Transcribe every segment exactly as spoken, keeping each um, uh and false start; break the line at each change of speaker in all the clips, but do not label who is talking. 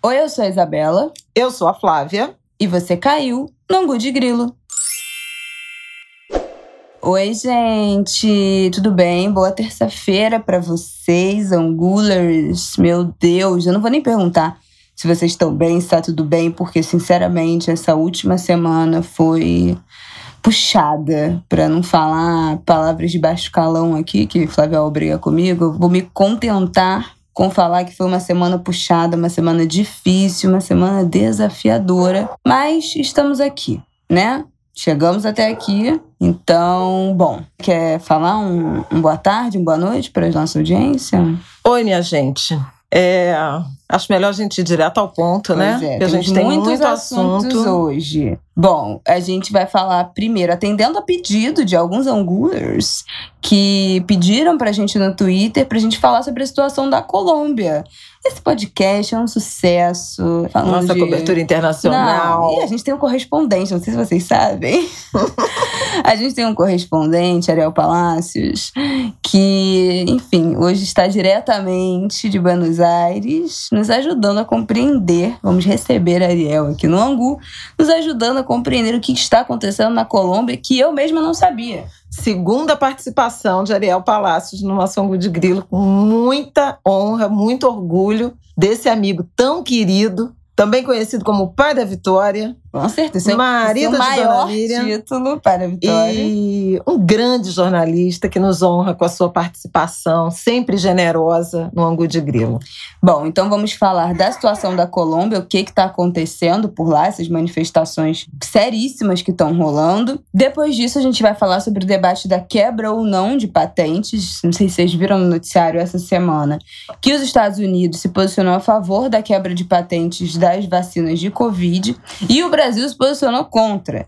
Oi, eu sou a Isabela.
Eu sou a Flávia.
E você caiu no Angu de Grilo. Oi, gente, tudo bem? Boa terça-feira pra vocês, Angulers. Meu Deus, eu não vou nem perguntar se vocês estão bem, se tá tudo bem, porque, sinceramente, essa última semana foi puxada, pra não falar palavras de baixo calão aqui, que Flávia briga comigo. Eu vou me contentar com falar que foi uma semana puxada, uma semana difícil, uma semana desafiadora. Mas estamos aqui, né? Chegamos até aqui. Então, bom, quer falar um, um boa tarde, uma boa noite para a nossa audiência?
Oi, minha gente. É, acho melhor a gente ir direto ao ponto,
Pois
né?
é,
Porque a gente tem
muitos
muito
assuntos
assunto.
hoje. Bom, a gente vai falar primeiro, atendendo a pedido de alguns angulers que pediram pra gente no Twitter pra gente falar sobre a situação da Colômbia. Esse podcast é um sucesso.
Nossa
de...
cobertura internacional.
Não, e a gente tem um correspondente, não sei se vocês sabem. A gente tem um correspondente, Ariel Palacios, que, enfim, hoje está diretamente de Buenos Aires, nos ajudando a compreender. Vamos receber a Ariel aqui no Angu, nos ajudando a compreender o que está acontecendo na Colômbia, que eu mesma não sabia.
Segunda participação de Ariel Palacios no nosso Angu de Grilo, com muita honra, muito orgulho desse amigo tão querido, também conhecido como Pai da Vitória.
Com certeza.
Marido
Esse é o
de Dona
maior
Miriam.
título para a Vitória.
E um grande jornalista que nos honra com a sua participação, sempre generosa no Angu de Grilo.
Bom, então vamos falar da situação da Colômbia, o que está acontecendo por lá, essas manifestações seríssimas que estão rolando. Depois disso, a gente vai falar sobre o debate da quebra ou não de patentes. Não sei se vocês viram no noticiário essa semana que os Estados Unidos se posicionou a favor da quebra de patentes das vacinas de Covid e o Brasil se posicionou contra.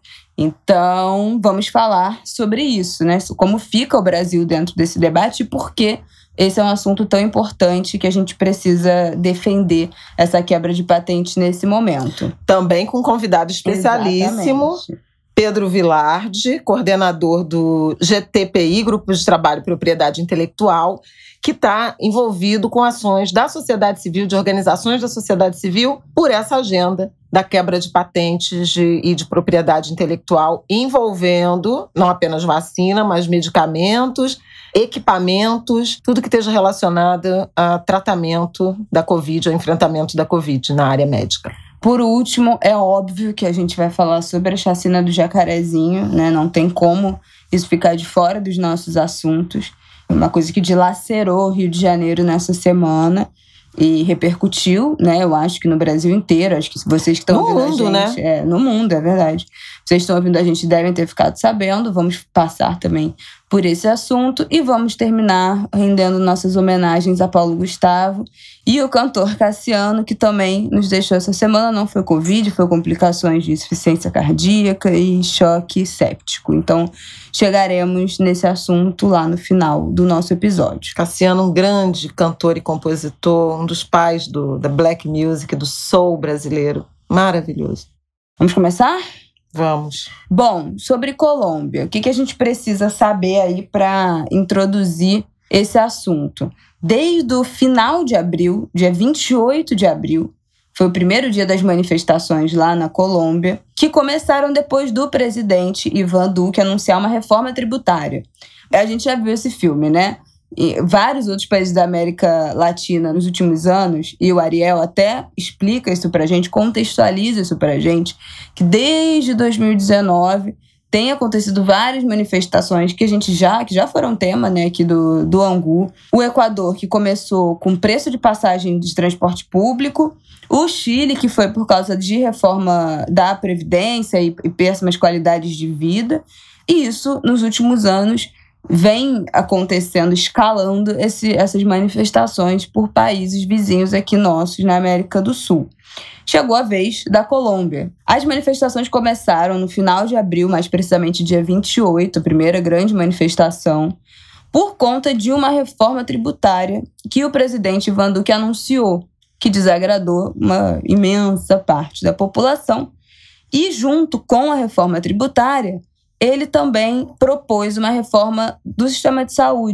Então, vamos falar sobre isso, né? Como fica o Brasil dentro desse debate e por que esse é um assunto tão importante que a gente precisa defender essa quebra de patente nesse momento.
Também com um convidado especialíssimo,
Exatamente.
Pedro Vilardi, coordenador do G T P I, Grupo de Trabalho e Propriedade Intelectual, que está envolvido com ações da sociedade civil, de organizações da sociedade civil, por essa agenda da quebra de patentes de, e de propriedade intelectual, envolvendo não apenas vacina, mas medicamentos, equipamentos, tudo que esteja relacionado a tratamento da Covid, ao enfrentamento da Covid na área médica.
Por último, é óbvio que a gente vai falar sobre a chacina do Jacarezinho, né? Não tem como isso ficar de fora dos nossos assuntos. Uma coisa que dilacerou o Rio de Janeiro nessa semana e repercutiu, né? Eu acho que no Brasil inteiro. Acho que vocês que estão ouvindo a gente...
No mundo, né?
É, no mundo, é verdade. Vocês estão ouvindo a gente devem ter ficado sabendo. Vamos passar também por esse assunto e vamos terminar rendendo nossas homenagens a Paulo Gustavo e o cantor Cassiano, que também nos deixou essa semana. Não foi Covid, foi complicações de insuficiência cardíaca e choque séptico. Então, chegaremos nesse assunto lá no final do nosso episódio.
Cassiano, um grande cantor e compositor, um dos pais do, da black music, do soul brasileiro. Maravilhoso.
Vamos começar?
Vamos.
Bom, sobre Colômbia, o que, que a gente precisa saber aí para introduzir esse assunto? Desde o final de abril, dia vinte e oito de abril, foi o primeiro dia das manifestações lá na Colômbia, que começaram depois do presidente Iván Duque anunciar uma reforma tributária. A gente já viu esse filme, né? E vários outros países da América Latina nos últimos anos, e o Ariel até explica isso pra gente, contextualiza isso pra gente, que desde dois mil e dezenove tem acontecido várias manifestações que a gente já, que já foram tema, né, aqui do, do Angu. O Equador, que começou com preço de passagem de transporte público. O Chile, que foi por causa de reforma da Previdência e, e péssimas qualidades de vida. E isso, nos últimos anos, vem acontecendo, escalando esse, essas manifestações por países vizinhos aqui nossos na América do Sul. Chegou a vez da Colômbia. As manifestações começaram no final de abril, mais precisamente dia vinte e oito, a primeira grande manifestação, por conta de uma reforma tributária que o presidente Iván Duque anunciou, que desagradou uma imensa parte da população. E junto com a reforma tributária, ele também propôs uma reforma do sistema de saúde,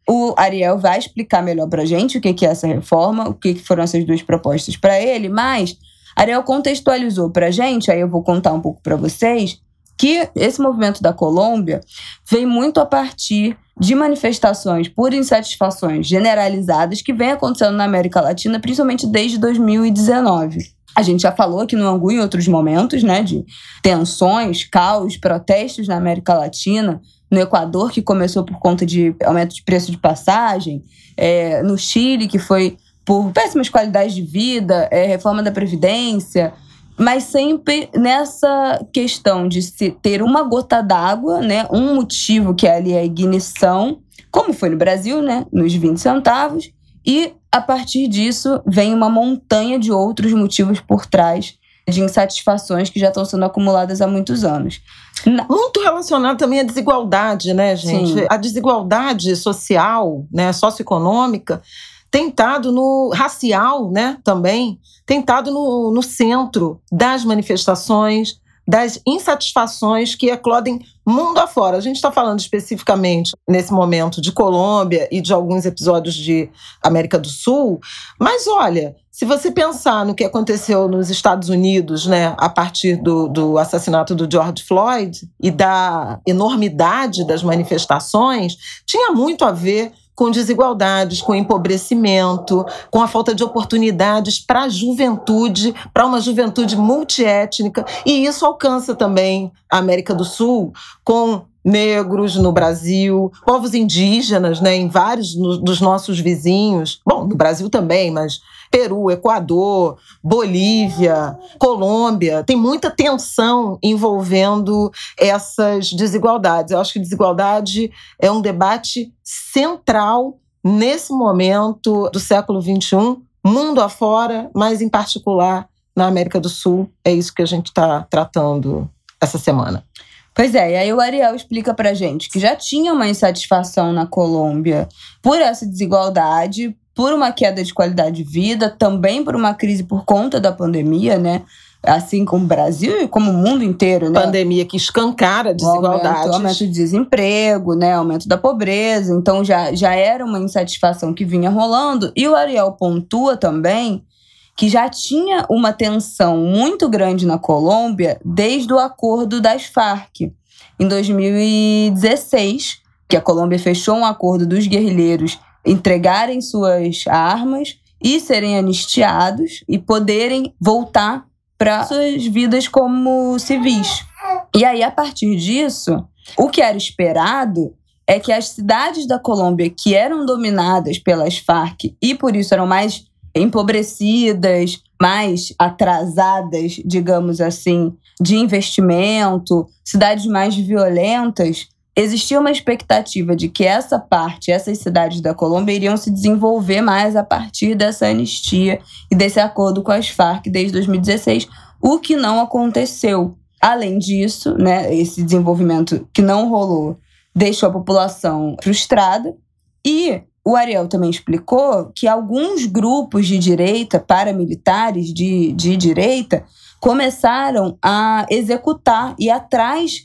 O Ariel vai explicar melhor pra gente o que é essa reforma, o que foram essas duas propostas para ele, mas Ariel contextualizou pra gente, aí eu vou contar um pouco para vocês, que esse movimento da Colômbia vem muito a partir de manifestações por insatisfações generalizadas que vem acontecendo na América Latina, principalmente desde dois mil e dezenove. A gente já falou aqui no Angu em outros momentos, né, de tensões, caos, protestos na América Latina, no Equador, que começou por conta de aumento de preço de passagem, é, no Chile, que foi por péssimas qualidades de vida, é, reforma da Previdência, mas sempre nessa questão de se ter uma gota d'água, né, um motivo que é ali a ignição, como foi no Brasil, né, nos vinte centavos, e a partir disso vem uma montanha de outros motivos por trás de insatisfações que já estão sendo acumuladas há muitos anos.
Muito relacionado também à desigualdade, né, gente?
Sim.
A desigualdade social, né, socioeconômica, tem estado no racial, né, também, tem estado no, no centro das manifestações, das insatisfações que eclodem mundo afora. A gente está falando especificamente, nesse momento, de Colômbia e de alguns episódios de América do Sul, mas olha, se você pensar no que aconteceu nos Estados Unidos, né, a partir do, do assassinato do George Floyd e da enormidade das manifestações, tinha muito a ver com desigualdades, com empobrecimento, com a falta de oportunidades para a juventude, para uma juventude multiétnica, e isso alcança também a América do Sul, com negros no Brasil, povos indígenas, né, em vários no, dos nossos vizinhos, bom, no Brasil também, mas Peru, Equador, Bolívia, Colômbia, tem muita tensão envolvendo essas desigualdades. Eu acho que desigualdade é um debate central nesse momento do século vinte e um, mundo afora, mas em particular na América do Sul. É isso que a gente está tratando essa semana.
Pois é, e aí o Ariel explica pra gente que já tinha uma insatisfação na Colômbia por essa desigualdade, por uma queda de qualidade de vida, também por uma crise por conta da pandemia, né? Assim como o Brasil e como o mundo inteiro, né?
Pandemia que escancara desigualdades.
Aumento, aumento de desemprego, né? Aumento da pobreza. Então já, já era uma insatisfação que vinha rolando. E o Ariel pontua também que já tinha uma tensão muito grande na Colômbia desde o acordo das Farc, em dois mil e dezesseis, que a Colômbia fechou um acordo dos guerrilheiros entregarem suas armas e serem anistiados e poderem voltar para suas vidas como civis. E aí, a partir disso, o que era esperado é que as cidades da Colômbia que eram dominadas pelas Farc e por isso eram mais empobrecidas, mais atrasadas, digamos assim, de investimento, cidades mais violentas, existia uma expectativa de que essa parte, essas cidades da Colômbia iriam se desenvolver mais a partir dessa anistia e desse acordo com as Farc desde dois mil e dezesseis, o que não aconteceu. Além disso, né, esse desenvolvimento que não rolou deixou a população frustrada e o Ariel também explicou que alguns grupos de direita, paramilitares de, de direita, começaram a executar e ir atrás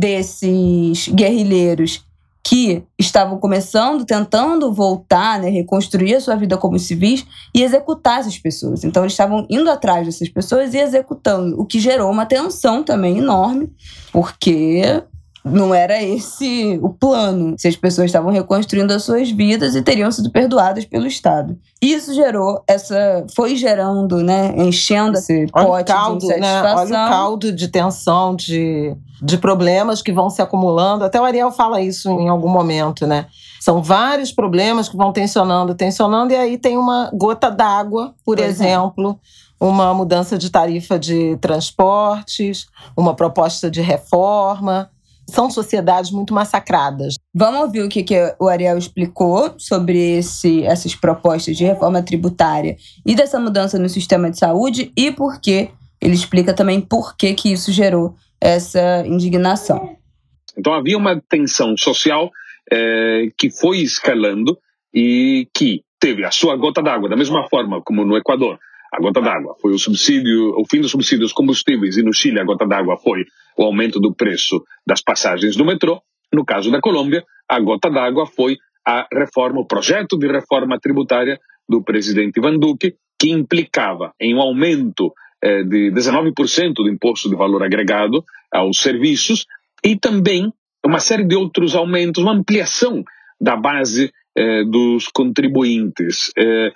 desses guerrilheiros que estavam começando, tentando voltar, né, reconstruir a sua vida como civis e executar essas pessoas. Então, eles estavam indo atrás dessas pessoas e executando, o que gerou uma tensão também enorme, porque não era esse o plano. Se as pessoas estavam reconstruindo as suas vidas e teriam sido perdoadas pelo Estado. Isso gerou essa... Foi gerando, né? Enchendo esse
Olha
pote
o caldo,
de insatisfação.
Né? Olha o caldo de tensão, de, de problemas que vão se acumulando. Até o Ariel fala isso em algum momento, né? São vários problemas que vão tensionando, tensionando, e aí tem uma gota d'água, por pois exemplo... É. Uma mudança de tarifa de transportes, uma proposta de reforma. São sociedades muito massacradas.
Vamos ouvir o que, que o Ariel explicou sobre esse, essas propostas de reforma tributária e dessa mudança no sistema de saúde e por que ele explica também por que, que isso gerou essa indignação.
Então havia uma tensão social eh, que foi escalando e que teve a sua gota d'água, da mesma forma como no Equador. A gota d'água foi o subsídio, o fim dos subsídios aos combustíveis, e no Chile a gota d'água foi o aumento do preço das passagens do metrô. No caso da Colômbia, a gota d'água foi a reforma, o projeto de reforma tributária do presidente Ivan Duque, que implicava em um aumento eh, de dezenove por cento do imposto de valor agregado aos serviços e também uma série de outros aumentos, uma ampliação da base eh, dos contribuintes. Eh,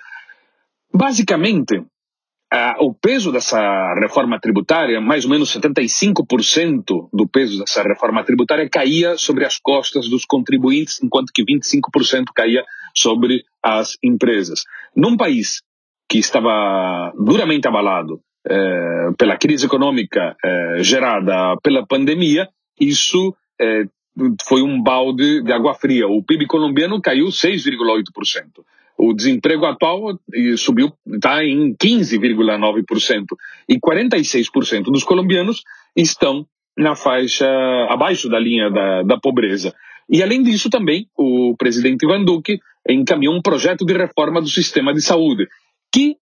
basicamente, ah, o peso dessa reforma tributária, mais ou menos setenta e cinco por cento do peso dessa reforma tributária caía sobre as costas dos contribuintes, enquanto que vinte e cinco por cento caía sobre as empresas. Num país que estava duramente abalado eh, pela crise econômica eh, gerada pela pandemia, isso eh, foi um balde de água fria. O P I B colombiano caiu seis vírgula oito por cento. O desemprego atual subiu, está em quinze vírgula nove por cento. E quarenta e seis por cento dos colombianos estão na faixa abaixo da linha da, da pobreza. E além disso também, o presidente Ivan Duque encaminhou um projeto de reforma do sistema de saúde, que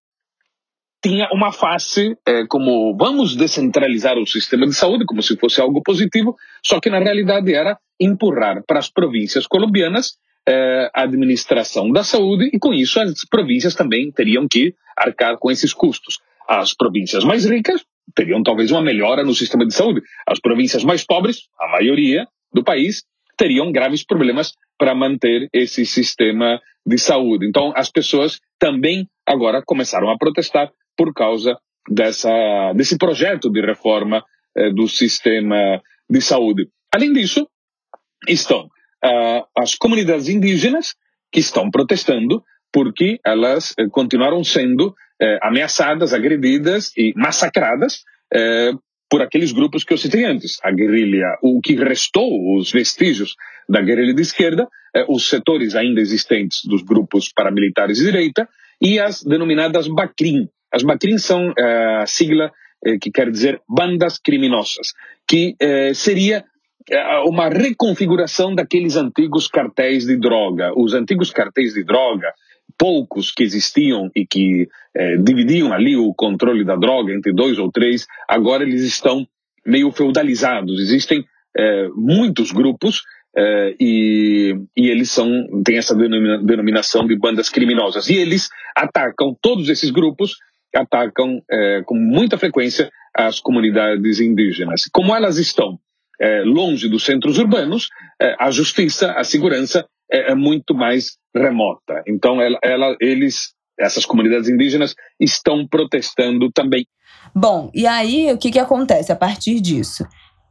tinha uma face eh, como vamos descentralizar o sistema de saúde, como se fosse algo positivo, só que na realidade era empurrar para as províncias colombianas eh, a administração da saúde, e com isso as províncias também teriam que arcar com esses custos. As províncias mais ricas teriam talvez uma melhora no sistema de saúde. As províncias mais pobres, a maioria do país, teriam graves problemas para manter esse sistema de saúde. Então as pessoas também agora começaram a protestar por causa dessa, desse projeto de reforma eh, do sistema de saúde. Além disso, estão uh, as comunidades indígenas que estão protestando porque elas eh, continuaram sendo eh, ameaçadas, agredidas e massacradas eh, por aqueles grupos que eu citei antes. A guerrilha, o que restou, os vestígios da guerrilha de esquerda, eh, os setores ainda existentes dos grupos paramilitares de direita e as denominadas BACRIM. As BACRIM são a uh, sigla uh, que quer dizer bandas criminosas, que uh, seria uh, uma reconfiguração daqueles antigos cartéis de droga. Os antigos cartéis de droga, poucos que existiam e que uh, dividiam ali o controle da droga entre dois ou três, agora eles estão meio feudalizados. Existem uh, muitos grupos Uh, e, e eles são, têm essa denomina, denominação de bandas criminosas. E eles atacam, todos esses grupos atacam uh, com muita frequência as comunidades indígenas. Como elas estão uh, longe dos centros urbanos, uh, a justiça, a segurança é, é muito mais remota. Então ela, ela, eles, essas comunidades indígenas estão protestando também.
Bom, e aí o que, que acontece a partir disso?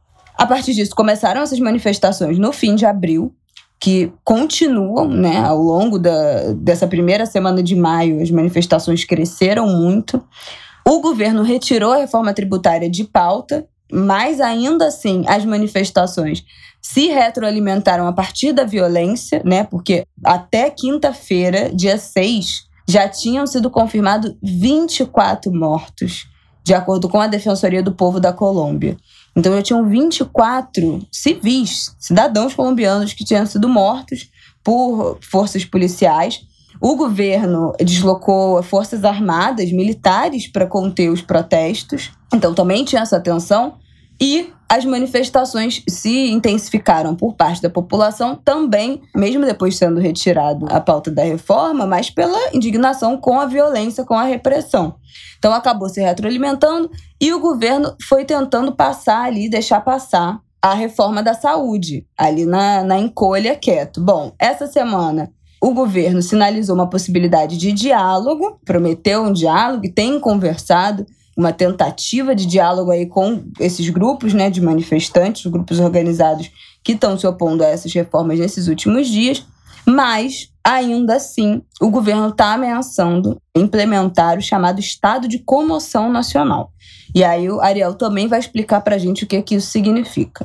A partir disso, começaram essas manifestações no fim de abril, que continuam, né, ao longo da, dessa primeira semana de maio. As manifestações cresceram muito. O governo retirou a reforma tributária de pauta, mas ainda assim as manifestações se retroalimentaram a partir da violência, né, porque até quinta-feira, dia seis, já tinham sido confirmados vinte e quatro mortos, de acordo com a Defensoria do Povo da Colômbia. Então já tinham vinte e quatro civis, cidadãos colombianos que tinham sido mortos por forças policiais. O governo deslocou forças armadas, militares, para conter os protestos. Então também tinha essa tensão. E as manifestações se intensificaram por parte da população também, mesmo depois sendo retirado a pauta da reforma, mas pela indignação com a violência, com a repressão. Então acabou se retroalimentando e o governo foi tentando passar ali, deixar passar a reforma da saúde, ali na, na encolha quieto. Bom, essa semana o governo sinalizou uma possibilidade de diálogo, prometeu um diálogo e tem conversado, uma tentativa de diálogo aí com esses grupos, né, de manifestantes, grupos organizados que estão se opondo a essas reformas nesses últimos dias, mas, ainda assim, o governo está ameaçando implementar o chamado estado de comoção nacional. E aí o Ariel também vai explicar para a gente o que, é que isso significa.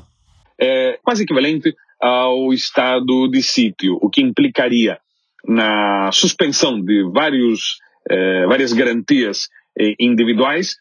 É quase equivalente ao estado de sítio, o que implicaria na suspensão de vários, eh, várias garantias eh, individuais,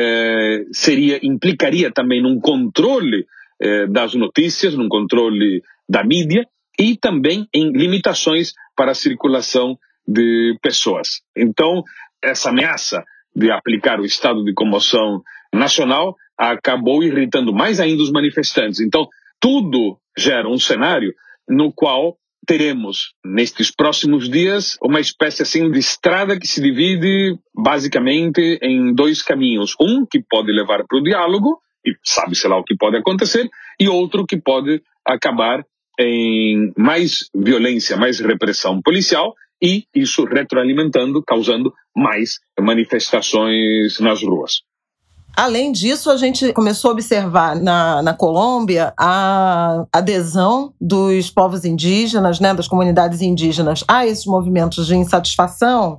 eh, seria, implicaria também num controle eh, das notícias, num controle da mídia e também em limitações para a circulação de pessoas. Então, essa ameaça de aplicar o estado de comoção nacional acabou irritando mais ainda os manifestantes. Então, tudo gera um cenário no qual teremos, nestes próximos dias, uma espécie assim de estrada que se divide basicamente em dois caminhos. Um que pode levar para o diálogo, e sabe-se lá o que pode acontecer, e outro que pode acabar em mais violência, mais repressão policial, e isso retroalimentando, causando mais manifestações nas ruas.
Além disso, a gente começou a observar na, na Colômbia a adesão dos povos indígenas, né, das comunidades indígenas, a esses movimentos de insatisfação.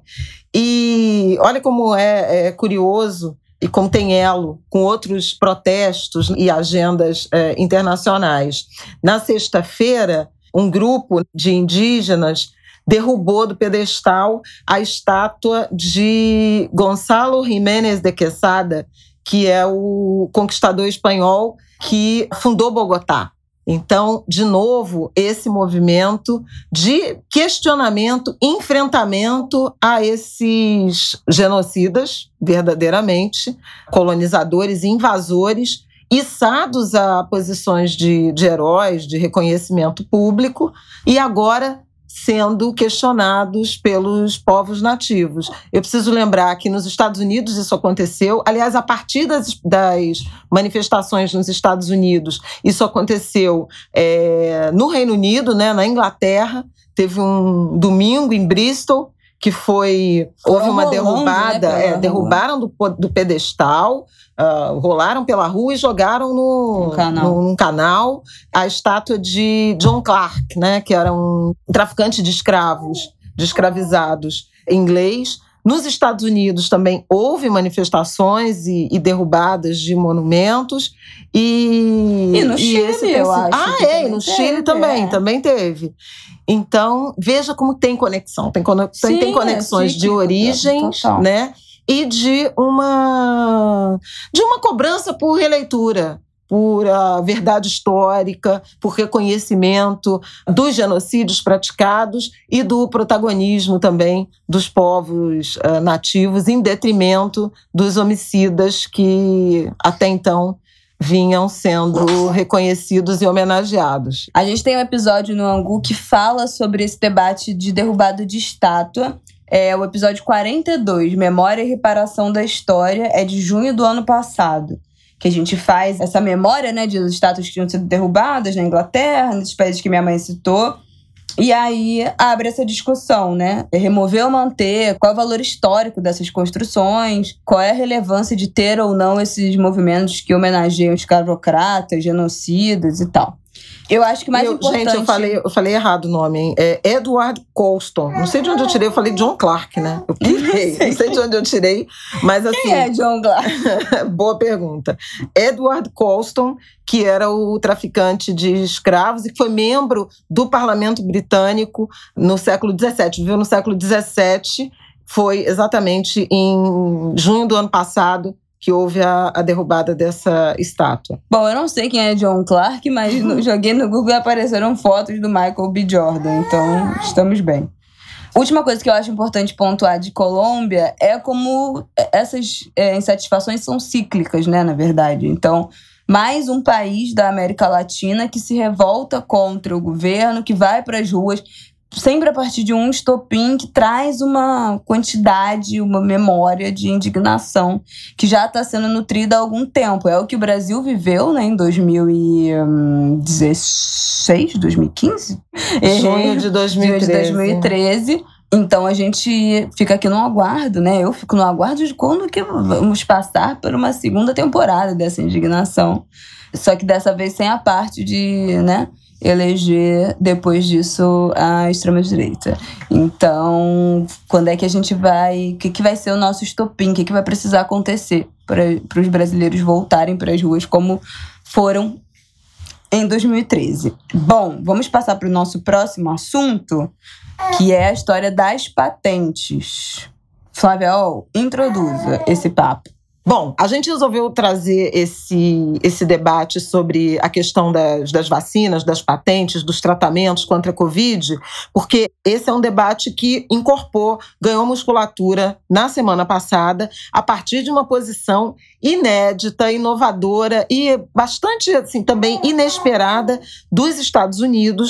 E olha como é, é curioso e como tem elo com outros protestos e agendas é, internacionais. Na sexta-feira, um grupo de indígenas derrubou do pedestal a estátua de Gonçalo Jiménez de Quesada, que é o conquistador espanhol que fundou Bogotá. Então, de novo, esse movimento de questionamento, enfrentamento a esses genocidas, verdadeiramente, colonizadores e invasores, içados a posições de, de heróis, de reconhecimento público, e agora sendo questionados pelos povos nativos. Eu preciso lembrar que nos Estados Unidos isso aconteceu, aliás, a partir das, das manifestações nos Estados Unidos, isso aconteceu é, no Reino Unido, né, na Inglaterra, teve um domingo em Bristol, que foi, houve uma derrubada, né, é, derrubaram do, do pedestal, uh, rolaram pela rua e jogaram no,
um canal.
No, num canal a estátua de John Clark, né, que era um traficante de escravos, de escravizados inglês. Nos Estados Unidos também houve manifestações e, e derrubadas de monumentos. E,
e no e Chile, esse, eu acho.
Ah, é, e no Chile teve, também, é. também teve. Então, veja como tem conexão. Tem, conexão, Sim, tem conexões é, de origens, total. né? E de uma, de uma cobrança por releitura, por a verdade histórica, por reconhecimento dos genocídios praticados e do protagonismo também dos povos uh, nativos, em detrimento dos homicidas que até então vinham sendo reconhecidos e homenageados.
A gente tem um episódio no Angu que fala sobre esse debate de derrubada de estátua. É o episódio quarenta e dois, Memória e Reparação da História, é de junho do ano passado. Que a gente faz essa memória, né, de estátuas que tinham sido derrubadas na Inglaterra, nesses países que minha mãe citou. E aí abre essa discussão, né? Remover ou manter, qual é o valor histórico dessas construções, qual é a relevância de ter ou não esses movimentos que homenageiam escravocratas, genocidas e tal. Eu acho que mais
eu,
importante...
Gente, eu falei, eu falei errado o nome, hein? É Edward Colston. Não sei de onde eu tirei, eu falei John Clark, né? Eu pirei, não sei de onde eu tirei, mas assim...
Quem é John Clark?
Boa pergunta. Edward Colston, que era o traficante de escravos e que foi membro do Parlamento Britânico no século dezessete. Viveu no século dezessete, foi exatamente em junho do ano passado que houve a, a derrubada dessa estátua.
Bom, eu não sei quem é John Clark, mas no, joguei no Google e apareceram fotos do Michael B. Jordan, então estamos bem. Última coisa que eu acho importante pontuar de Colômbia é como essas é, insatisfações são cíclicas, né, na verdade. Então, mais um país da América Latina que se revolta contra o governo, que vai para as ruas, sempre a partir de um estopim que traz uma quantidade, uma memória de indignação que já está sendo nutrida há algum tempo. É o que o Brasil viveu, né, em dois mil e dezesseis, dois mil e quinze?
Junho de dois mil e treze.
De dois mil e treze. Então a gente fica aqui no aguardo, né? Eu fico no aguardo de quando que vamos passar por uma segunda temporada dessa indignação. Só que dessa vez sem a parte de, né, eleger depois disso a extrema-direita. Então, quando é que a gente vai... O que, que vai ser o nosso estopim? O que, que vai precisar acontecer para os brasileiros voltarem para as ruas como foram em dois mil e treze? Bom, vamos passar para o nosso próximo assunto, que é a história das patentes. Flávia, oh, introduza esse papo.
Bom, a gente resolveu trazer esse, esse debate sobre a questão das, das vacinas, das patentes, dos tratamentos contra a Covid, porque esse é um debate que incorporou, ganhou musculatura na semana passada, a partir de uma posição inédita, inovadora e bastante, assim, também inesperada dos Estados Unidos.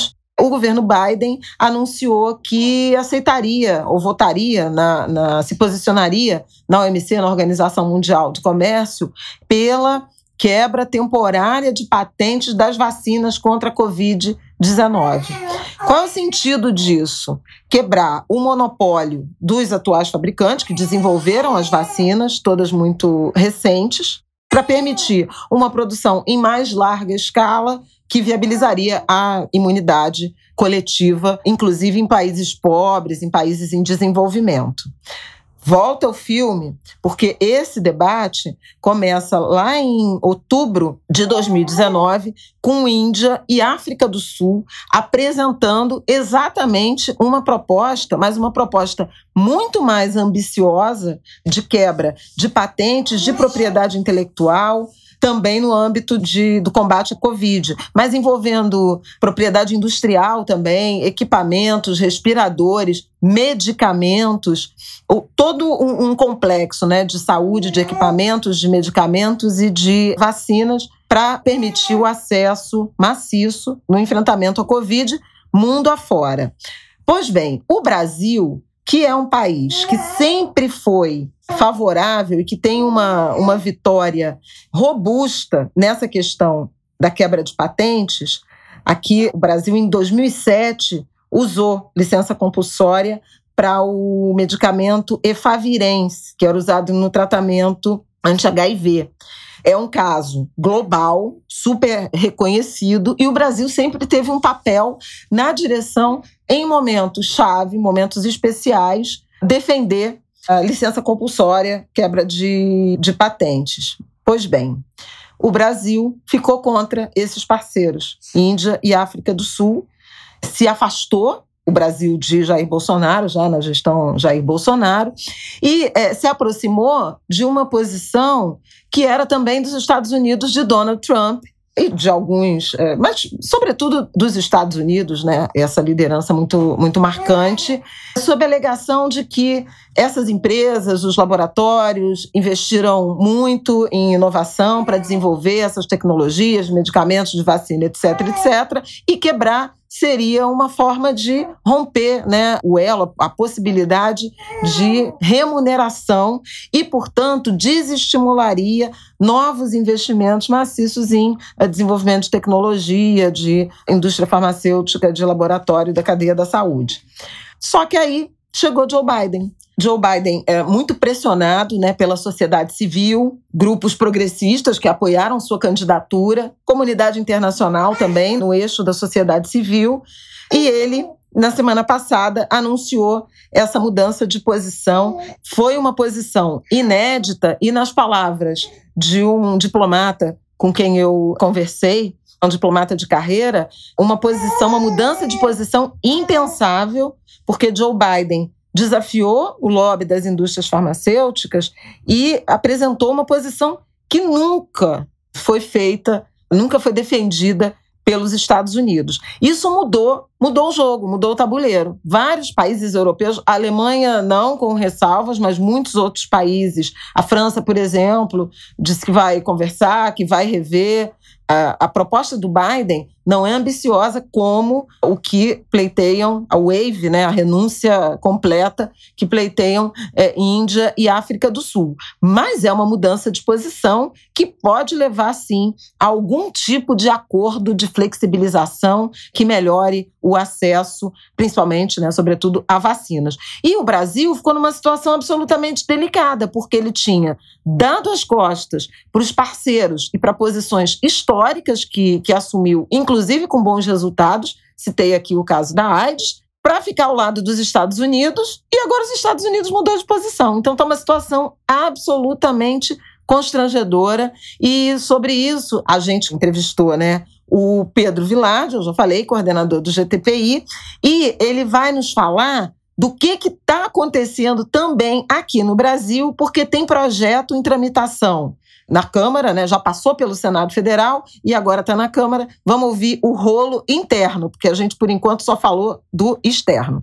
o governo Biden anunciou que aceitaria ou votaria, na, na, se posicionaria na O M C, na Organização Mundial do Comércio, pela quebra temporária de patentes das vacinas contra a covid dezenove. Qual é o sentido disso? Quebrar o monopólio dos atuais fabricantes que desenvolveram as vacinas, todas muito recentes, para permitir uma produção em mais larga escala que viabilizaria a imunidade coletiva, inclusive em países pobres, em países em desenvolvimento. Volta ao filme, porque esse debate começa lá em outubro de dois mil e dezenove, com Índia e África do Sul apresentando exatamente uma proposta, mas uma proposta muito mais ambiciosa de quebra de patentes, de propriedade intelectual, também no âmbito de, do combate à Covid, mas envolvendo propriedade industrial também, equipamentos, respiradores, medicamentos, todo um, um complexo, né, de saúde, de equipamentos, de medicamentos e de vacinas para permitir o acesso maciço no enfrentamento à Covid, mundo afora. Pois bem, o Brasil, que é um país que sempre foi favorável e que tem uma, uma vitória robusta nessa questão da quebra de patentes, aqui o Brasil, em dois mil e sete, usou licença compulsória para o medicamento Efavirenz, que era usado no tratamento anti-H I V. É um caso global, super reconhecido, e o Brasil sempre teve um papel na direção, em momentos-chave, momentos especiais, defender a licença compulsória, quebra de, de patentes. Pois bem, o Brasil ficou contra esses parceiros, Índia e África do Sul, se afastou, o Brasil de Jair Bolsonaro, já na gestão Jair Bolsonaro, e é, se aproximou de uma posição que era também dos Estados Unidos de Donald Trump e de alguns, é, mas sobretudo dos Estados Unidos, né, essa liderança muito, muito marcante, sob a alegação de que essas empresas, os laboratórios, investiram muito em inovação para desenvolver essas tecnologias, medicamentos de vacina, etc, etcétera, e quebrar seria uma forma de romper, né, o elo, a possibilidade de remuneração e, portanto, desestimularia novos investimentos maciços em desenvolvimento de tecnologia, de indústria farmacêutica, de laboratório da cadeia da saúde. Só que aí chegou Joe Biden. Joe Biden é muito pressionado, né, pela sociedade civil, grupos progressistas que apoiaram sua candidatura, comunidade internacional também, no eixo da sociedade civil, e ele, na semana passada, anunciou essa mudança de posição. Foi uma posição inédita e, nas palavras de um diplomata com quem eu conversei, um diplomata de carreira, uma posição, uma mudança de posição impensável, porque Joe Biden desafiou o lobby das indústrias farmacêuticas e apresentou uma posição que nunca foi feita, nunca foi defendida pelos Estados Unidos. Isso mudou, mudou o jogo, mudou o tabuleiro. Vários países europeus, a Alemanha não com ressalvas, mas muitos outros países, a França, por exemplo, disse que vai conversar, que vai rever. A, a proposta do Biden não é ambiciosa como o que pleiteiam a wave, né, a renúncia completa que pleiteiam é, Índia e África do Sul. Mas é uma mudança de posição que pode levar, sim, a algum tipo de acordo de flexibilização que melhore o acesso, principalmente, né, sobretudo, a vacinas. E o Brasil ficou numa situação absolutamente delicada, porque ele tinha dado as costas para os parceiros e para posições históricas que, que assumiu, inclusive com bons resultados, citei aqui o caso da AIDS, para ficar ao lado dos Estados Unidos, e agora os Estados Unidos mudou de posição. Então está uma situação absolutamente constrangedora, e sobre isso a gente entrevistou, né, o Pedro Vilardi, eu já falei, coordenador do G T P I, e ele vai nos falar do que está acontecendo também aqui no Brasil, porque tem projeto em tramitação na Câmara, né? Já passou pelo Senado Federal e agora está na Câmara. Vamos ouvir o rolo interno, porque a gente, por enquanto, só falou do externo.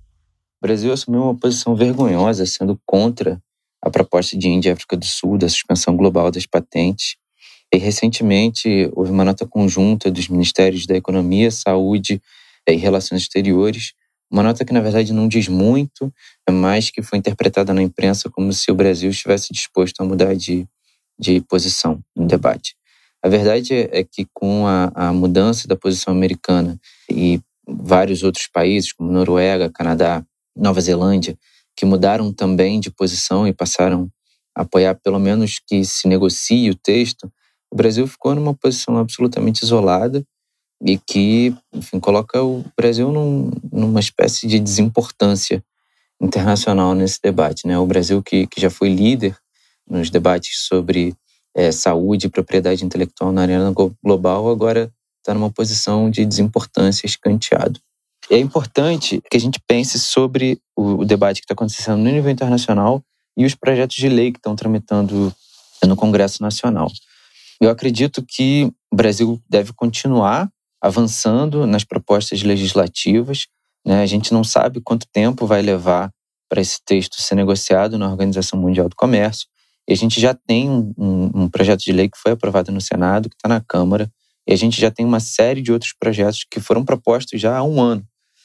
O Brasil assumiu uma posição vergonhosa, sendo contra a proposta de Índia e África do Sul da suspensão global das patentes. E, recentemente, houve uma nota conjunta dos Ministérios da Economia, Saúde e Relações Exteriores. Uma nota que, na verdade, não diz muito, mas que foi interpretada na imprensa como se o Brasil estivesse disposto a mudar de, de posição no debate. A verdade é que, com a, a mudança da posição americana e vários outros países, como Noruega, Canadá, Nova Zelândia, que mudaram também de posição e passaram a apoiar, pelo menos, que se negocie o texto, o Brasil ficou numa posição absolutamente isolada e que, enfim, coloca o Brasil num, numa espécie de desimportância internacional nesse debate, né? O Brasil que, que já foi líder nos debates sobre é, saúde e propriedade intelectual na arena global, agora está numa posição de desimportância escanteado. E é importante que a gente pense sobre o, o debate que está acontecendo no nível internacional e os projetos de lei que estão tramitando no Congresso Nacional. Eu acredito que o Brasil deve continuar avançando nas propostas legislativas, né? A gente não sabe quanto tempo vai levar para esse texto ser negociado na Organização Mundial do Comércio. E a gente já tem um, um, um projeto de lei que foi aprovado no Senado, que está na Câmara, e a gente já tem uma série de outros projetos que foram propostos já há um ano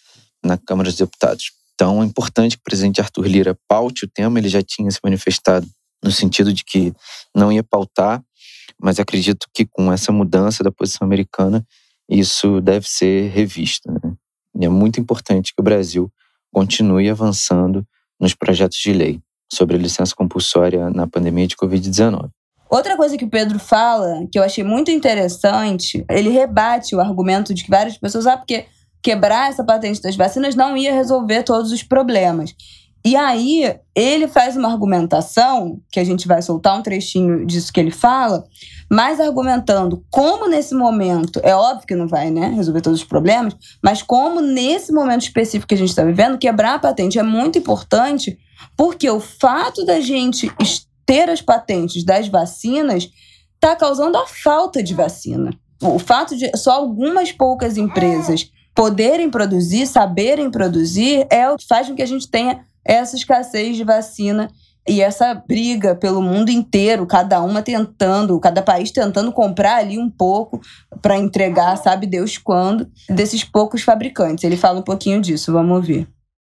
na Câmara dos Deputados. Então é importante que o presidente Arthur Lira paute o tema. Ele já tinha se manifestado no sentido de que não ia pautar, mas acredito que com essa mudança da posição americana, isso deve ser revisto, né? E é muito importante que o Brasil continue avançando nos projetos de lei sobre a licença compulsória na pandemia de covid dezenove.
Outra coisa que o Pedro fala, que eu achei muito interessante, ele rebate o argumento de que várias pessoas, ah, porque quebrar essa patente das vacinas não ia resolver todos os problemas. E aí, ele faz uma argumentação, que a gente vai soltar um trechinho disso que ele fala, mas argumentando como nesse momento, é óbvio que não vai, né, resolver todos os problemas, mas como nesse momento específico que a gente está vivendo, quebrar a patente é muito importante, porque o fato da gente ter as patentes das vacinas está causando a falta de vacina. O fato de só algumas poucas empresas poderem produzir, saberem produzir, é o que faz com que a gente tenha essa escassez de vacina e essa briga pelo mundo inteiro, cada uma tentando, cada país tentando comprar ali um pouco para entregar, sabe Deus quando, desses poucos fabricantes. Ele fala um pouquinho disso, vamos ouvir.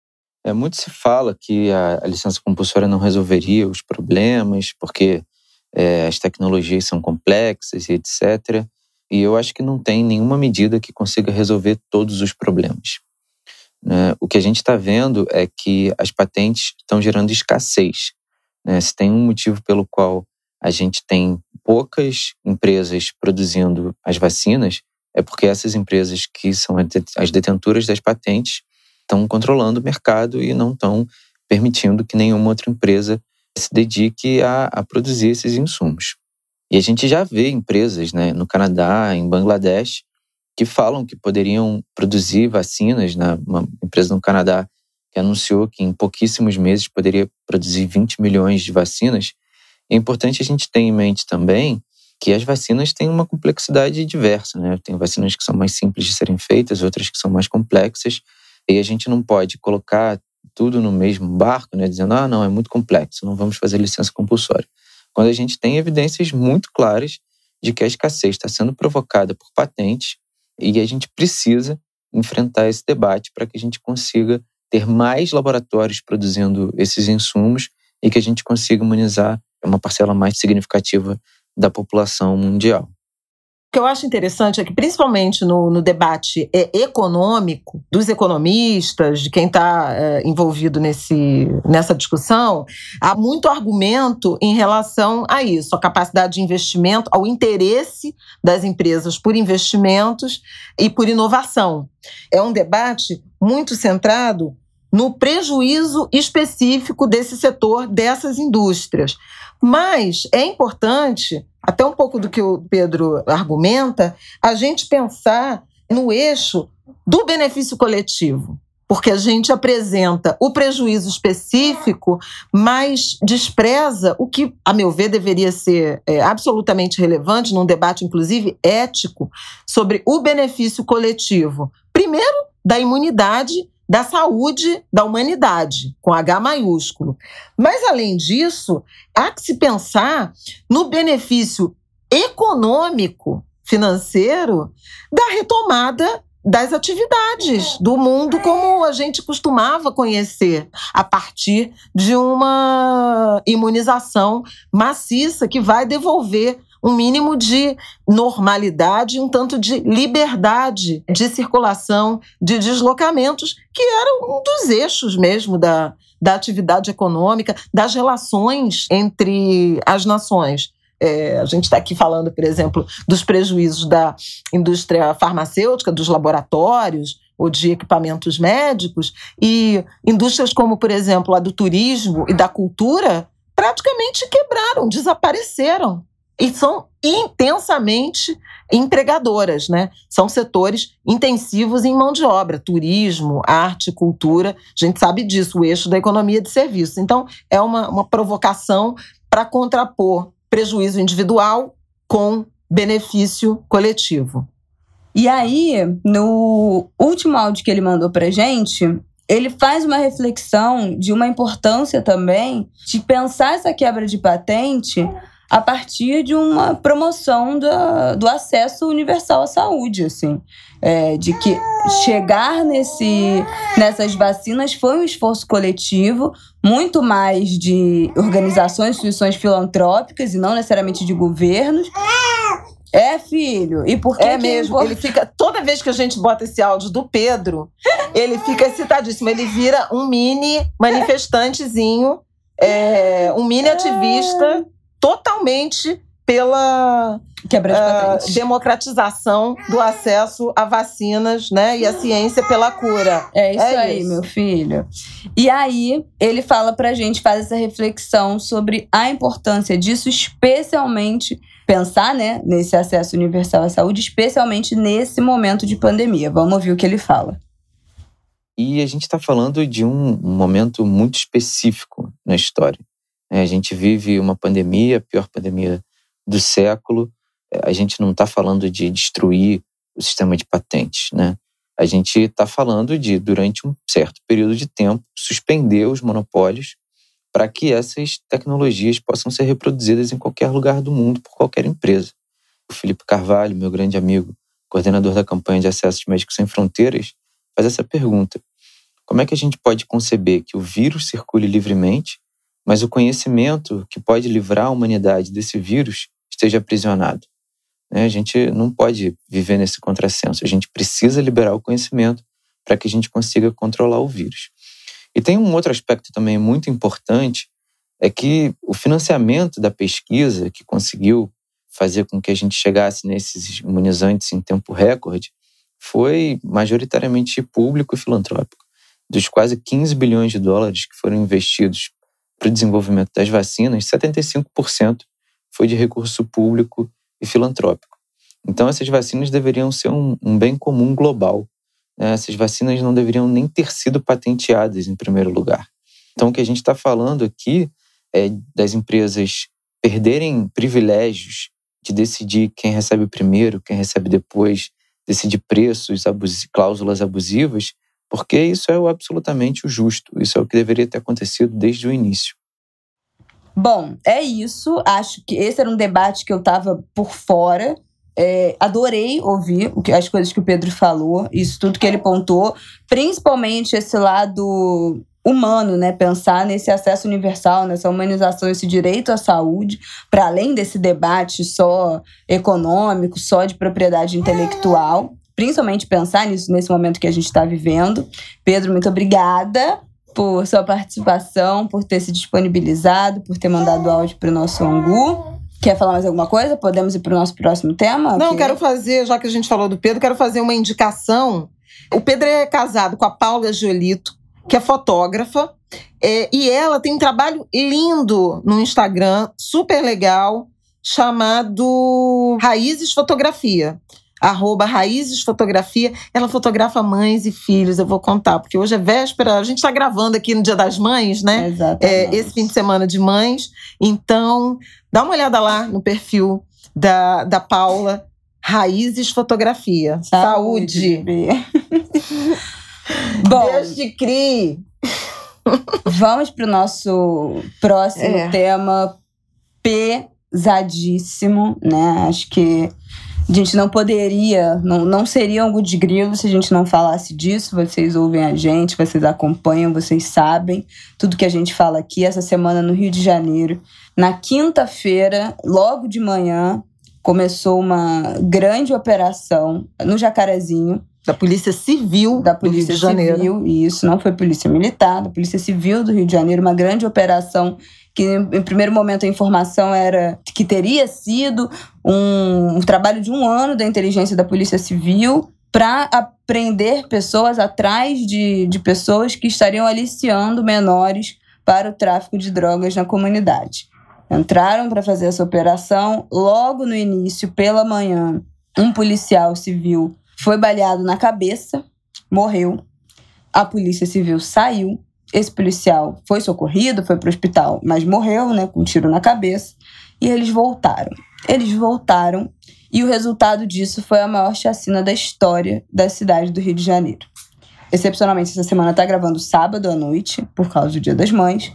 É, muito se fala que a, a licença compulsória não resolveria os problemas, porque é, as tecnologias são complexas e etcétera. E eu acho que não tem nenhuma medida que consiga resolver todos os problemas. Né? O que a gente está vendo é que as patentes estão gerando escassez. Né? Se tem um motivo pelo qual a gente tem poucas empresas produzindo as vacinas, é porque essas empresas que são as detentoras das patentes estão controlando o mercado e não estão permitindo que nenhuma outra empresa se dedique a, a produzir esses insumos. E a gente já vê empresas, né, no Canadá, em Bangladesh, que falam que poderiam produzir vacinas, né? Uma empresa no Canadá que anunciou que em pouquíssimos meses poderia produzir vinte milhões de vacinas. É importante a gente ter em mente também que as vacinas têm uma complexidade diversa, né? Tem vacinas que são mais simples de serem feitas, outras que são mais complexas, e a gente não pode colocar tudo no mesmo barco, né? Dizendo, ah, não, é muito complexo, não vamos fazer licença compulsória. Quando a gente tem evidências muito claras de que a escassez está sendo provocada por patentes, e a gente precisa enfrentar esse debate para que a gente consiga ter mais laboratórios produzindo esses insumos e que a gente consiga imunizar uma parcela mais significativa da população mundial.
O que eu acho interessante é que, principalmente no, no debate é, econômico, dos economistas, de quem está é, envolvido nesse, nessa discussão, há muito argumento em relação a isso, a capacidade de investimento, ao interesse das empresas por investimentos e por inovação. É um debate muito centrado no prejuízo específico desse setor, dessas indústrias. Mas é importante, até um pouco do que o Pedro argumenta, a gente pensar no eixo do benefício coletivo, porque a gente apresenta o prejuízo específico, mas despreza o que, a meu ver, deveria ser é, absolutamente relevante, num debate, inclusive, ético, sobre o benefício coletivo. Primeiro, da imunidade, da saúde da humanidade, com H maiúsculo. Mas, além disso, há que se pensar no benefício econômico, financeiro, da retomada das atividades do mundo como a gente costumava conhecer, a partir de uma imunização maciça que vai devolver um mínimo de normalidade, um tanto de liberdade de circulação, de deslocamentos, que era um dos eixos mesmo da, da atividade econômica, das relações entre as nações. É, a gente está aqui falando, por exemplo, dos prejuízos da indústria farmacêutica, dos laboratórios ou de equipamentos médicos, e indústrias como, por exemplo, a do turismo e da cultura praticamente quebraram, desapareceram. E são intensamente empregadoras, né? São setores intensivos em mão de obra, turismo, arte, cultura. A gente sabe disso, o eixo da economia de serviços. Então, é uma, uma provocação para contrapor prejuízo individual com benefício coletivo.
E aí, no último áudio que ele mandou pra gente, ele faz uma reflexão de uma importância também de pensar essa quebra de patente a partir de uma promoção do, do acesso universal à saúde, assim. É, de que chegar nesse, nessas vacinas foi um esforço coletivo, muito mais de organizações, instituições filantrópicas e não necessariamente de governos. É, filho. E por que
é
que
mesmo?
É
ele fica, toda vez que a gente bota esse áudio do Pedro, ele fica excitadíssimo. Ele vira um mini manifestantezinho, é, um mini ativista totalmente pela
quebra de patente.
Uh, democratização do acesso a vacinas, né, e a ciência pela cura.
É isso
é
aí,
isso.
meu filho. E aí, ele fala pra gente, faz essa reflexão sobre a importância disso, especialmente pensar, né, nesse acesso universal à saúde, especialmente nesse momento de pandemia. Vamos ouvir o que ele fala.
E a gente está falando de um momento muito específico na história. A gente vive uma pandemia, a pior pandemia do século. A gente não está falando de destruir o sistema de patentes, né? A gente está falando de, durante um certo período de tempo, suspender os monopólios para que essas tecnologias possam ser reproduzidas em qualquer lugar do mundo por qualquer empresa. O Felipe Carvalho, meu grande amigo, coordenador da campanha de acesso de Médicos Sem Fronteiras, faz essa pergunta. Como é que a gente pode conceber que o vírus circule livremente, mas o conhecimento que pode livrar a humanidade desse vírus esteja aprisionado? A gente não pode viver nesse contrassenso. A gente precisa liberar o conhecimento para que a gente consiga controlar o vírus. E tem um outro aspecto também muito importante, é que o financiamento da pesquisa que conseguiu fazer com que a gente chegasse nesses imunizantes em tempo recorde foi majoritariamente público e filantrópico. Dos quase quinze bilhões de dólares que foram investidos para o desenvolvimento das vacinas, setenta e cinco por cento foi de recurso público e filantrópico. Então, essas vacinas deveriam ser um, um bem comum global. Né? Essas vacinas não deveriam nem ter sido patenteadas em primeiro lugar. Então, o que a gente está falando aqui é das empresas perderem privilégios de decidir quem recebe primeiro, quem recebe depois, decidir preços, abus- cláusulas abusivas, porque isso é o absolutamente o justo. Isso é o que deveria ter acontecido desde o início.
Bom, é isso. Acho que esse era um debate que eu estava por fora. É, adorei ouvir o que, as coisas que o Pedro falou, isso tudo que ele pontuou, principalmente esse lado humano, né? Pensar nesse acesso universal, nessa humanização, esse direito à saúde, para além desse debate só econômico, só de propriedade intelectual. Principalmente pensar nisso nesse momento que a gente está vivendo. Pedro, muito obrigada por sua participação, por ter se disponibilizado, por ter mandado áudio para o nosso Angu. Quer falar mais alguma coisa? Podemos ir para o nosso próximo tema?
Não,
que...
quero fazer, já que a gente falou do Pedro, quero fazer uma indicação. O Pedro é casado com a Paula Giolito, que é fotógrafa, é, e ela tem um trabalho lindo no Instagram, super legal, chamado Raízes Fotografia. Arroba Raízes Fotografia. Ela fotografa mães e filhos, eu vou contar, porque hoje é véspera, a gente está gravando aqui no Dia das Mães, né?
Exatamente.
É, esse fim de semana de mães. Então, dá uma olhada lá no perfil da, da Paula, Raízes Fotografia. Saúde!
Saúde. Bom,
Deus te crie!
Vamos para o nosso próximo
É.
tema pesadíssimo, né? Acho que A gente não poderia, não, não seria um Good Grilo se a gente não falasse disso. Vocês ouvem a gente, vocês acompanham, vocês sabem tudo que a gente fala aqui. Essa semana no Rio de Janeiro, na quinta-feira, logo de manhã, começou uma grande operação no Jacarezinho.
Da Polícia Civil
da Polícia
do Rio de Janeiro.
Civil, e isso não foi Polícia Militar, da Polícia Civil do Rio de Janeiro, uma grande operação que, em primeiro momento, a informação era que teria sido um, um trabalho de um ano da inteligência da Polícia Civil para apreender pessoas atrás de, de pessoas que estariam aliciando menores para o tráfico de drogas na comunidade. Entraram para fazer essa operação. Logo no início, pela manhã, um policial civil foi baleado na cabeça, morreu. A Polícia Civil saiu. Esse policial foi socorrido, foi para o hospital, mas morreu, né, com um tiro na cabeça. E eles voltaram. Eles voltaram e o resultado disso foi a maior chacina da história da cidade do Rio de Janeiro. Excepcionalmente, essa semana está gravando sábado à noite, por causa do Dia das Mães.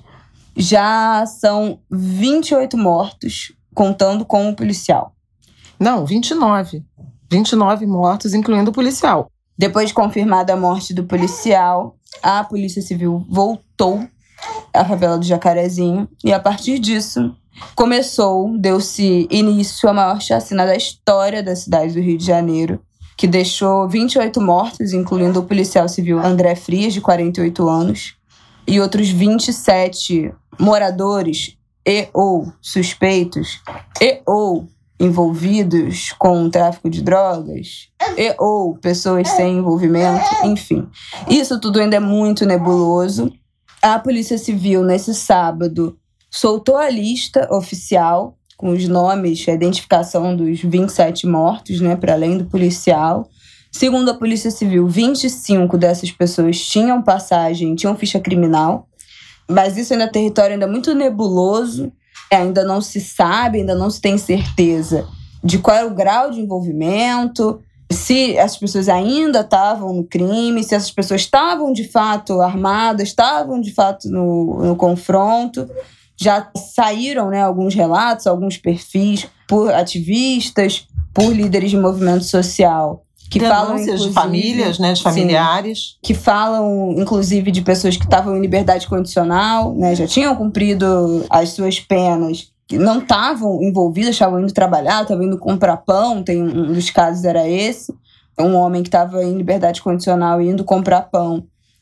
Já são vinte e oito mortos, contando com o policial.
Não, vinte e nove. vinte e nove mortos, incluindo o policial.
Depois de confirmada a morte do policial, a Polícia Civil voltou à favela do Jacarezinho e, a partir disso, começou, deu-se início à maior chacina da história da cidade do Rio de Janeiro, que deixou vinte e oito mortos, incluindo o policial civil André Frias, de quarenta e oito anos, e outros vinte e sete moradores e ou suspeitos e ou envolvidos com o tráfico de drogas e ou pessoas sem envolvimento, enfim. Isso tudo ainda é muito nebuloso. A Polícia Civil, nesse sábado, soltou a lista oficial com os nomes, a identificação dos vinte e sete mortos, né, para além do policial. Segundo a Polícia Civil, vinte e cinco dessas pessoas tinham passagem, tinham ficha criminal, mas isso ainda é território ainda muito nebuloso. Ainda não se sabe, ainda não se tem certeza de qual é o grau de envolvimento, se essas pessoas ainda estavam no crime, se essas pessoas estavam de fato armadas, estavam de fato no, no confronto. Já saíram, né, alguns relatos, alguns perfis por ativistas, por líderes de movimento social. Que falam,
de famílias, né, de familiares.
Sim, que falam, inclusive, de pessoas que estavam em liberdade condicional, né, já tinham cumprido as suas penas, que não estavam envolvidas, estavam indo trabalhar, estavam indo comprar pão. Tem um dos casos era esse, um homem que estava em liberdade condicional indo comprar pão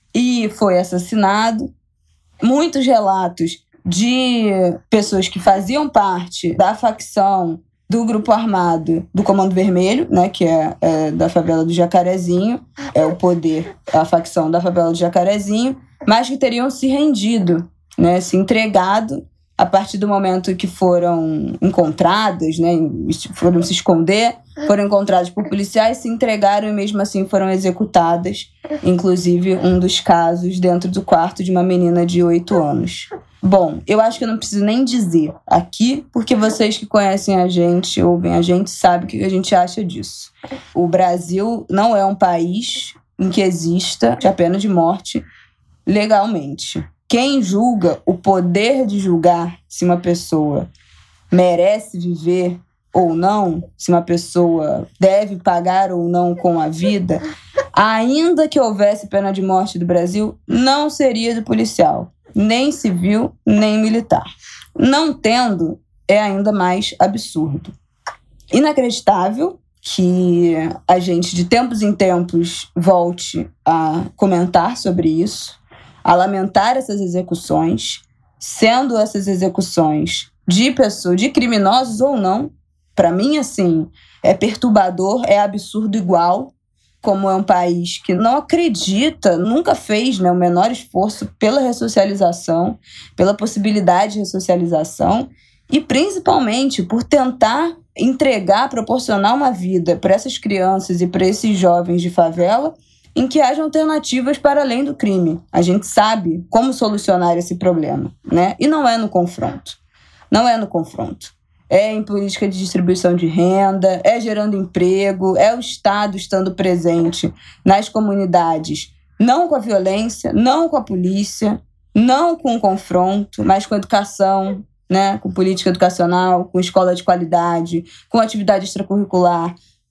e foi assassinado. Muitos relatos de pessoas que faziam parte da facção do grupo armado do Comando Vermelho, né, que é, é da favela do Jacarezinho, é o poder, a facção da favela do Jacarezinho, mas que teriam se rendido, né, se entregado a partir do momento que foram encontradas, né, foram se esconder, foram encontradas por policiais, se entregaram e mesmo assim foram executadas, inclusive um dos casos dentro do quarto de uma menina de oito anos. Bom, eu acho que eu não preciso nem dizer aqui, porque vocês que conhecem a gente, ouvem a gente, sabem o que a gente acha disso. O Brasil não é um país em que exista a pena de morte legalmente. Quem julga o poder de julgar se uma pessoa merece viver ou não, se uma pessoa deve pagar ou não com a vida, ainda que houvesse pena de morte do Brasil, não seria do policial. Nem civil, nem militar. Não tendo, é ainda mais absurdo. Inacreditável que a gente, de tempos em tempos, volte a comentar sobre isso, a lamentar essas execuções, sendo essas execuções de pessoas, de criminosos ou não. Para mim, assim, é perturbador, é absurdo igual. Como é um país que não acredita, nunca fez, né, o menor esforço pela ressocialização, pela possibilidade de ressocialização e principalmente por tentar entregar, proporcionar uma vida para essas crianças e para esses jovens de favela em que haja alternativas para além do crime. A gente sabe como solucionar esse problema, né? E não é no confronto. Não é no confronto. É em política de distribuição de renda, é gerando emprego, é o Estado estando presente nas comunidades, não com a violência, não com a polícia, não com o confronto, mas com a educação, né? Com política educacional, com escola de qualidade, com atividade extracurricular,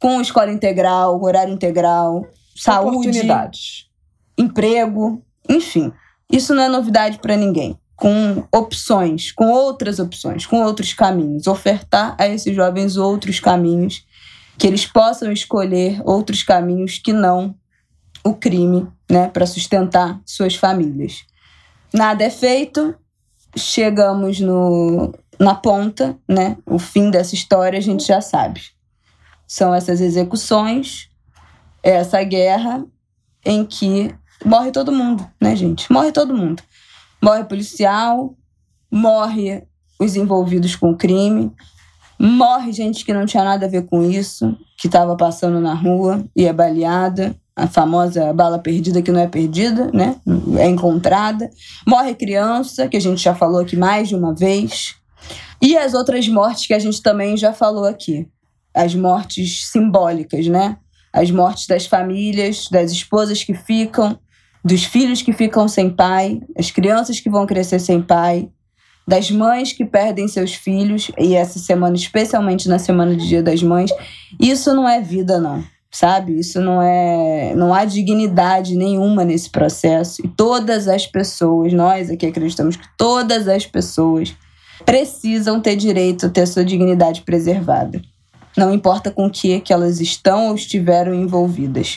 com escola integral, horário integral, saúde,
oportunidades,
emprego, enfim. Isso não é novidade para ninguém. Com opções, com outras opções, com outros caminhos. Ofertar a esses jovens outros caminhos, que eles possam escolher outros caminhos que não o crime, né, para sustentar suas famílias. Nada é feito, chegamos no, na ponta, né? O fim dessa história a gente já sabe. São essas execuções, essa guerra em que morre todo mundo, né, gente? Morre todo mundo. Morre policial, morre os envolvidos com o crime, morre gente que não tinha nada a ver com isso, que estava passando na rua e é baleada, a famosa bala perdida que não é perdida, né? É encontrada. Morre criança, que a gente já falou aqui mais de uma vez. E as outras mortes que a gente também já falou aqui. As mortes simbólicas, né? As mortes das famílias, das esposas que ficam, dos filhos que ficam sem pai, as crianças que vão crescer sem pai, das mães que perdem seus filhos, e essa semana, especialmente na semana de Dia das Mães. Isso não é vida, não. Sabe? Isso não é... Não há dignidade nenhuma nesse processo. E todas as pessoas, nós aqui acreditamos que todas as pessoas precisam ter direito a ter sua dignidade preservada. Não importa com o que, que elas estão ou estiveram envolvidas.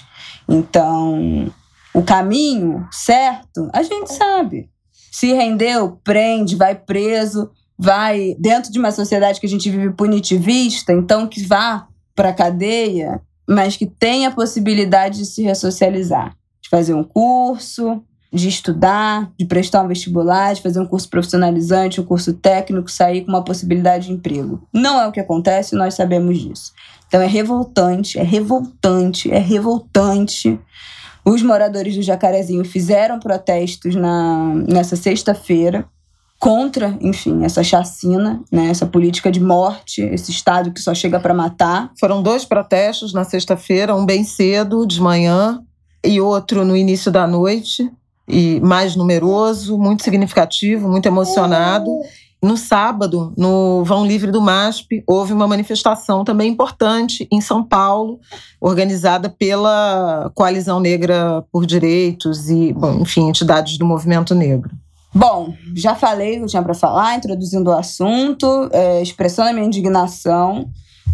Então, o caminho certo, a gente sabe. Se rendeu, prende, vai preso, vai dentro de uma sociedade que a gente vive punitivista, então que vá para a cadeia, mas que tenha a possibilidade de se ressocializar, de fazer um curso, de estudar, de prestar um vestibular, de fazer um curso profissionalizante, um curso técnico, sair com uma possibilidade de emprego. Não é o que acontece, nós sabemos disso. Então é revoltante, é revoltante, é revoltante. Os moradores do Jacarezinho fizeram protestos na, nessa sexta-feira contra, enfim, essa chacina, né, essa política de morte, esse Estado que só chega para matar.
Foram dois protestos na sexta-feira, um bem cedo, de manhã, e outro no início da noite, e mais numeroso, muito significativo, muito emocionado. No sábado, no Vão Livre do M A S P, houve uma manifestação também importante em São Paulo, organizada pela Coalizão Negra por Direitos e, bom, enfim, entidades do movimento negro.
Bom, já falei o que eu tinha para falar, introduzindo o assunto, é, expressando a minha indignação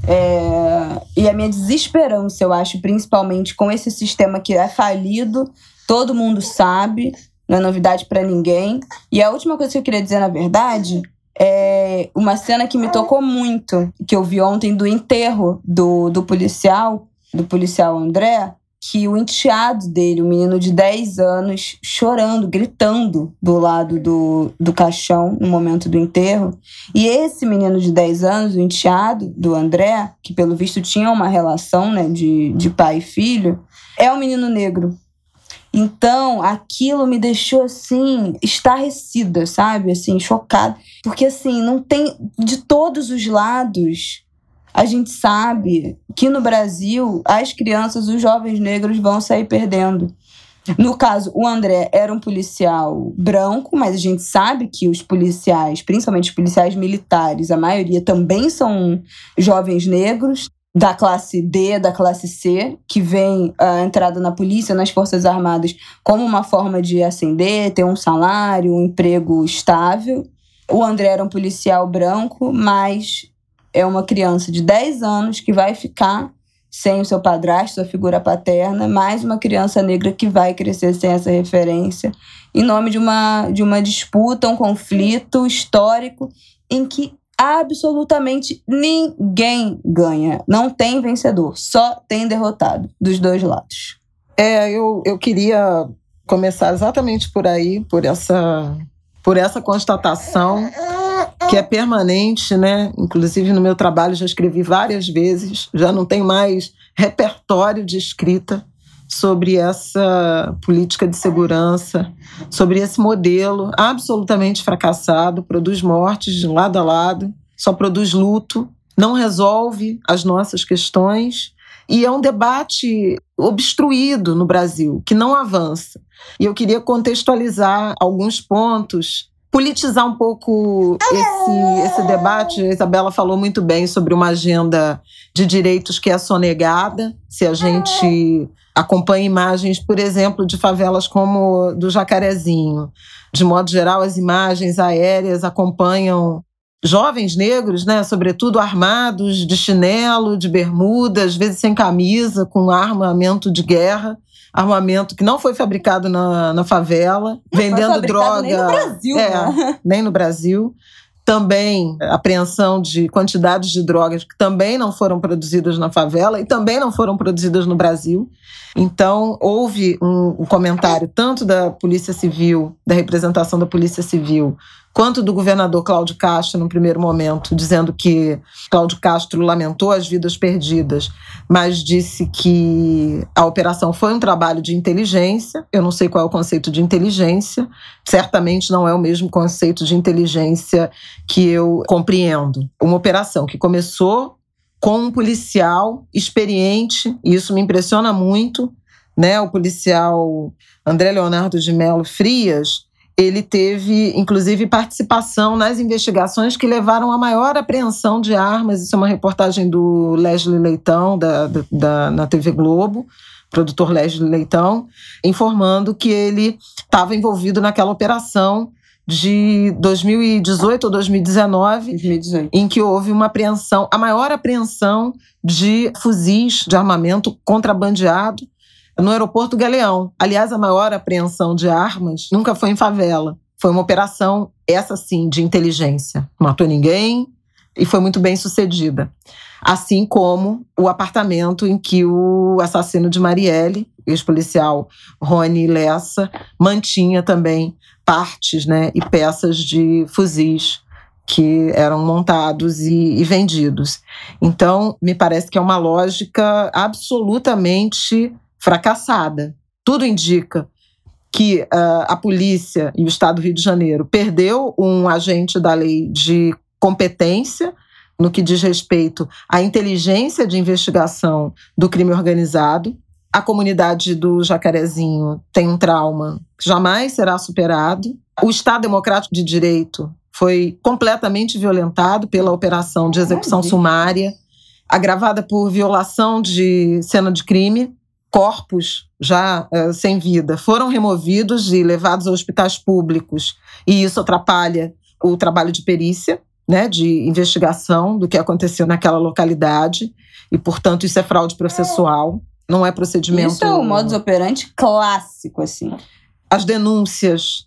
é, e a minha desesperança, eu acho, principalmente com esse sistema que é falido, todo mundo sabe, não é novidade para ninguém. E a última coisa que eu queria dizer, na verdade, é uma cena que me tocou muito, que eu vi ontem do enterro do, do policial, do policial André, que o enteado dele, um menino de dez anos, chorando, gritando do lado do, do caixão no momento do enterro. E esse menino de dez anos, o enteado do André, que pelo visto tinha uma relação, né, de, de pai e filho, é um menino negro. Então, aquilo me deixou, assim, estarrecida, sabe? Assim, chocada. Porque, assim, não tem... De todos os lados, a gente sabe que no Brasil, as crianças, os jovens negros vão sair perdendo. No caso, o André era um policial branco, mas a gente sabe que os policiais, principalmente os policiais militares, a maioria também são jovens negros, da classe D, da classe C, que vem a entrada na polícia, nas Forças Armadas, como uma forma de ascender, ter um salário, um emprego estável. O André era um policial branco, mas é uma criança de dez anos que vai ficar sem o seu padrasto, sua figura paterna, mais uma criança negra que vai crescer sem essa referência, em nome de uma, de uma disputa, um conflito histórico em que absolutamente ninguém ganha. Não tem vencedor, só tem derrotado dos dois lados.
É, eu, eu queria começar exatamente por aí, por essa, por essa constatação que é permanente, né? Inclusive no meu trabalho já escrevi várias vezes, já não tenho mais repertório de escrita sobre essa política de segurança, sobre esse modelo absolutamente fracassado, produz mortes de lado a lado, só produz luto, não resolve as nossas questões e é um debate obstruído no Brasil, que não avança. E eu queria contextualizar alguns pontos politizar um pouco esse, esse debate. A Isabela falou muito bem sobre uma agenda de direitos que é sonegada. Se a gente acompanha imagens, por exemplo, de favelas como do Jacarezinho, de modo geral, as imagens aéreas acompanham jovens negros, né, sobretudo armados, de chinelo, de bermuda, às vezes sem camisa, com armamento de guerra. Armamento que não foi fabricado na, na favela,
não
vendendo
foi
droga.
Nem no Brasil,
é,
né?
Nem no Brasil. Também apreensão de quantidades de drogas que também não foram produzidas na favela e também não foram produzidas no Brasil. Então, houve um, um comentário tanto da Polícia Civil, da representação da Polícia Civil, quanto do governador Cláudio Castro, no primeiro momento, dizendo que Cláudio Castro lamentou as vidas perdidas, mas disse que a operação foi um trabalho de inteligência. Eu não sei qual é o conceito de inteligência, certamente não é o mesmo conceito de inteligência que eu compreendo. Uma operação que começou com um policial experiente, e isso me impressiona muito, né? O policial André Leonardo de Melo Frias, ele teve, inclusive, participação nas investigações que levaram à maior apreensão de armas. Isso é uma reportagem do Leslie Leitão, da, da, da, na T V Globo, produtor Leslie Leitão, informando que ele estava envolvido naquela operação de dois mil e dezoito ou dois mil e dezenove,
dois mil e dezoito,
em que houve uma apreensão, a maior apreensão de fuzis de armamento contrabandeado no aeroporto Galeão. Aliás, a maior apreensão de armas nunca foi em favela. Foi uma operação, essa sim, de inteligência. Não matou ninguém e foi muito bem sucedida. Assim como o apartamento em que o assassino de Marielle, ex-policial Rony Lessa, mantinha também partes, né, e peças de fuzis que eram montados e, e vendidos. Então, me parece que é uma lógica absolutamente fracassada. Tudo indica que uh, a polícia e o Estado do Rio de Janeiro perdeu um agente da lei de competência no que diz respeito à inteligência de investigação do crime organizado. A comunidade do Jacarezinho tem um trauma que jamais será superado. O Estado Democrático de Direito foi completamente violentado pela operação de execução sumária, agravada por violação de cena de crime. Corpos já uh, sem vida foram removidos e levados a hospitais públicos, e isso atrapalha o trabalho de perícia, né, de investigação do que aconteceu naquela localidade, e, portanto, isso é fraude processual, não é procedimento...
Isso é o modus operandi clássico, assim.
As denúncias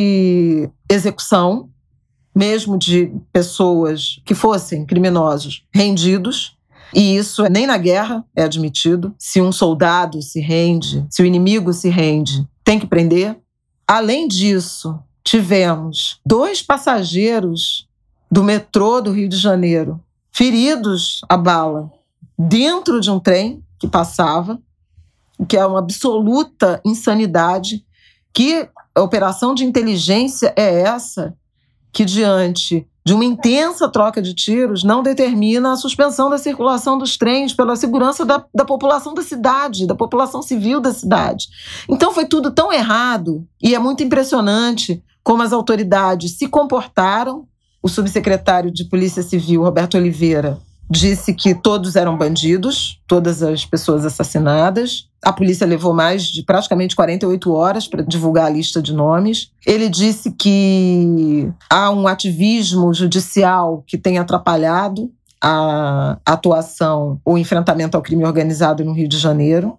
de execução, mesmo de pessoas que fossem criminosos rendidos, e isso nem na guerra é admitido. Se um soldado se rende, se o inimigo se rende, tem que prender. Além disso, tivemos dois passageiros do metrô do Rio de Janeiro feridos a bala dentro de um trem que passava, que é uma absoluta insanidade. Que a operação de inteligência é essa que, diante de uma intensa troca de tiros, não determina a suspensão da circulação dos trens pela segurança da, da população da cidade, da população civil da cidade. Então foi tudo tão errado, e é muito impressionante como as autoridades se comportaram. O subsecretário de Polícia Civil, Roberto Oliveira, disse que todos eram bandidos, todas as pessoas assassinadas. A polícia levou mais de praticamente quarenta e oito horas para divulgar a lista de nomes. Ele disse que há um ativismo judicial que tem atrapalhado a atuação, o enfrentamento ao crime organizado no Rio de Janeiro.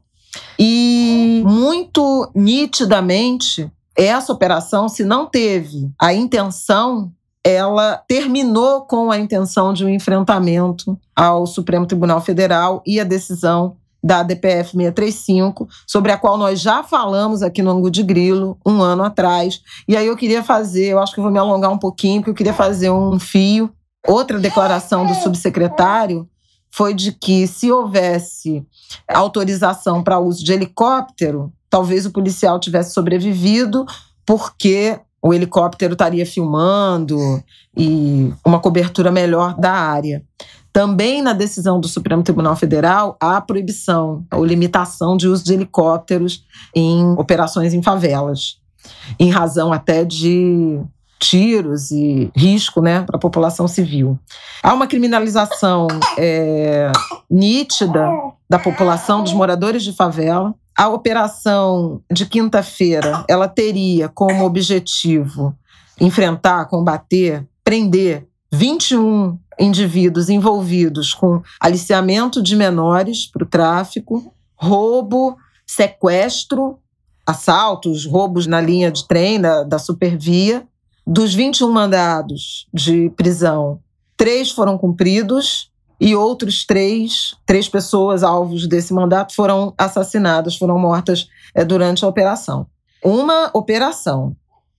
E, muito nitidamente, essa operação, se não teve a intenção, ela terminou com a intenção de um enfrentamento ao Supremo Tribunal Federal e a decisão da D P F seiscentos e trinta e cinco, sobre a qual nós já falamos aqui no Angu de Grilo um ano atrás. E aí eu queria fazer, eu acho que eu vou me alongar um pouquinho, porque eu queria fazer um fio. Outra declaração do subsecretário foi de que, se houvesse autorização para uso de helicóptero, talvez o policial tivesse sobrevivido, porque o helicóptero estaria filmando e uma cobertura melhor da área. Também na decisão do Supremo Tribunal Federal há proibição ou limitação de uso de helicópteros em operações em favelas, em razão até de, tiros e risco, né, para a população civil. Há uma criminalização é, nítida da população, dos moradores de favela. A operação de quinta-feira, ela teria como objetivo enfrentar, combater, prender vinte e um indivíduos envolvidos com aliciamento de menores para o tráfico, roubo, sequestro, assaltos, roubos na linha de trem da, da Supervia. Dos vinte e um mandados de prisão, três foram cumpridos e outros três, três pessoas alvos desse mandato foram assassinadas, foram mortas é, durante a operação. Uma operação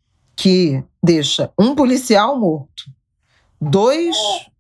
que deixa um policial morto, dois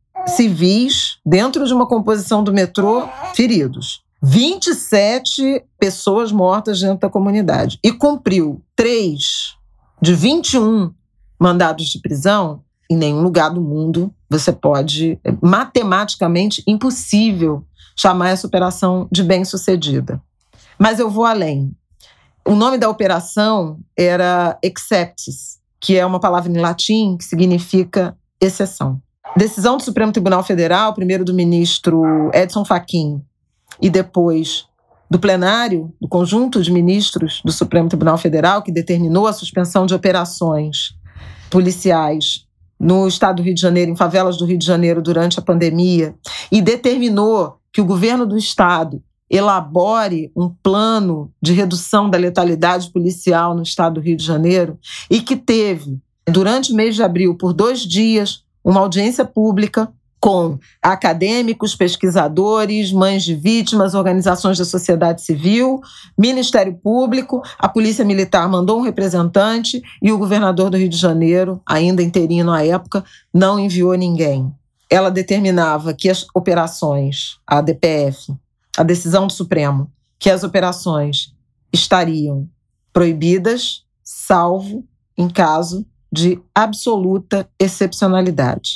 civis dentro de uma composição do metrô feridos, vinte e sete pessoas mortas dentro da comunidade e cumpriu três de vinte e um mandados de prisão. Em nenhum lugar do mundo você pode, é matematicamente impossível chamar essa operação de bem-sucedida. Mas eu vou além. O nome da operação era exceptis, que é uma palavra em latim que significa exceção. Decisão do Supremo Tribunal Federal, primeiro do ministro Edson Fachin e depois do plenário, do conjunto de ministros do Supremo Tribunal Federal, que determinou a suspensão de operações policiais no estado do Rio de Janeiro, em favelas do Rio de Janeiro durante a pandemia, e determinou que o governo do estado elabore um plano de redução da letalidade policial no estado do Rio de Janeiro e que teve, durante o mês de abril, por dois dias, uma audiência pública com acadêmicos, pesquisadores, mães de vítimas, organizações da sociedade civil, Ministério Público, a Polícia Militar mandou um representante e o governador do Rio de Janeiro, ainda interino à época, não enviou ninguém. Ela determinava que as operações, a D P F, a decisão do Supremo, que as operações estariam proibidas, salvo em caso de absoluta excepcionalidade.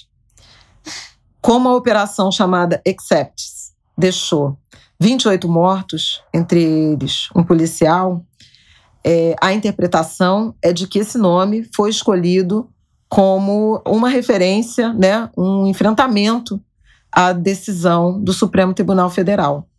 Como a operação chamada Exceptis deixou vinte e oito mortos, entre eles um policial, é, a interpretação é de que esse nome foi escolhido como uma referência, né, um enfrentamento à decisão do Supremo Tribunal Federal.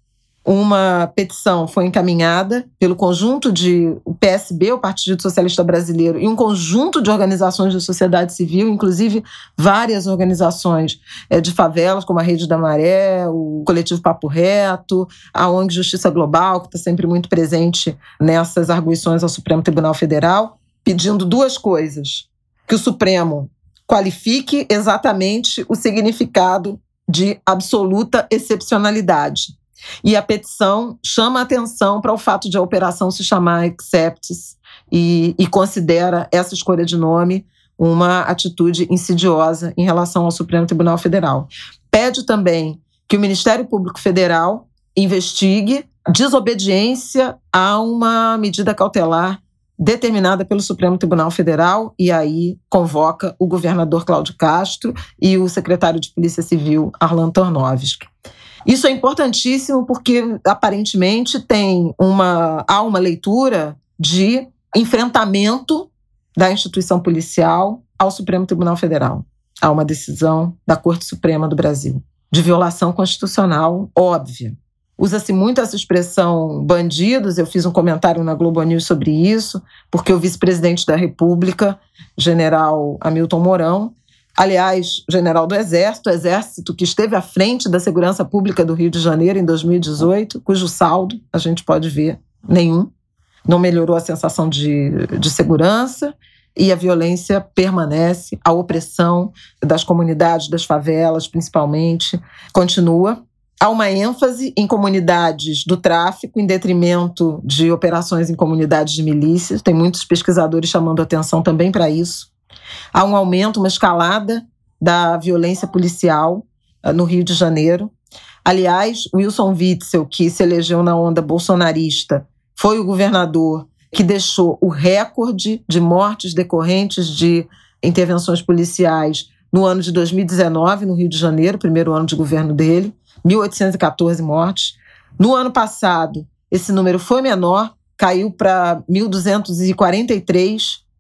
Uma petição foi encaminhada pelo conjunto de o P S B, o Partido Socialista Brasileiro, e um conjunto de organizações da sociedade civil, inclusive várias organizações é, de favelas, como a Rede da Maré, o Coletivo Papo Reto, a O N G Justiça Global, que está sempre muito presente nessas arguições ao Supremo Tribunal Federal, pedindo duas coisas: que o Supremo qualifique exatamente o significado de absoluta excepcionalidade. E a petição chama a atenção para o fato de a operação se chamar Exceptis e, e considera essa escolha de nome uma atitude insidiosa em relação ao Supremo Tribunal Federal. Pede também que o Ministério Público Federal investigue desobediência a uma medida cautelar determinada pelo Supremo Tribunal Federal e aí convoca o governador Cláudio Castro e o secretário de Polícia Civil, Arlan Tornowski. Isso é importantíssimo porque, aparentemente, tem uma, há uma leitura de enfrentamento da instituição policial ao Supremo Tribunal Federal. Há uma decisão da Corte Suprema do Brasil de violação constitucional óbvia. Usa-se muito essa expressão bandidos, eu fiz um comentário na Globo News sobre isso, porque o vice-presidente da República, general Hamilton Mourão, aliás, general do Exército, Exército que esteve à frente da segurança pública do Rio de Janeiro em dois mil e dezoito, cujo saldo, a gente pode ver, nenhum. Não melhorou a sensação de, de segurança e a violência permanece, a opressão das comunidades, das favelas, principalmente, continua. Há uma ênfase em comunidades do tráfico em detrimento de operações em comunidades de milícias. Tem muitos pesquisadores chamando atenção também para isso. Há um aumento, uma escalada da violência policial uh, no Rio de Janeiro. Aliás, Wilson Witzel, que se elegeu na onda bolsonarista, foi o governador que deixou o recorde de mortes decorrentes de intervenções policiais no ano de dois mil e dezenove, no Rio de Janeiro, primeiro ano de governo dele, mil oitocentas e catorze mortes. No ano passado, esse número foi menor, caiu para mil duzentos e quarenta e três,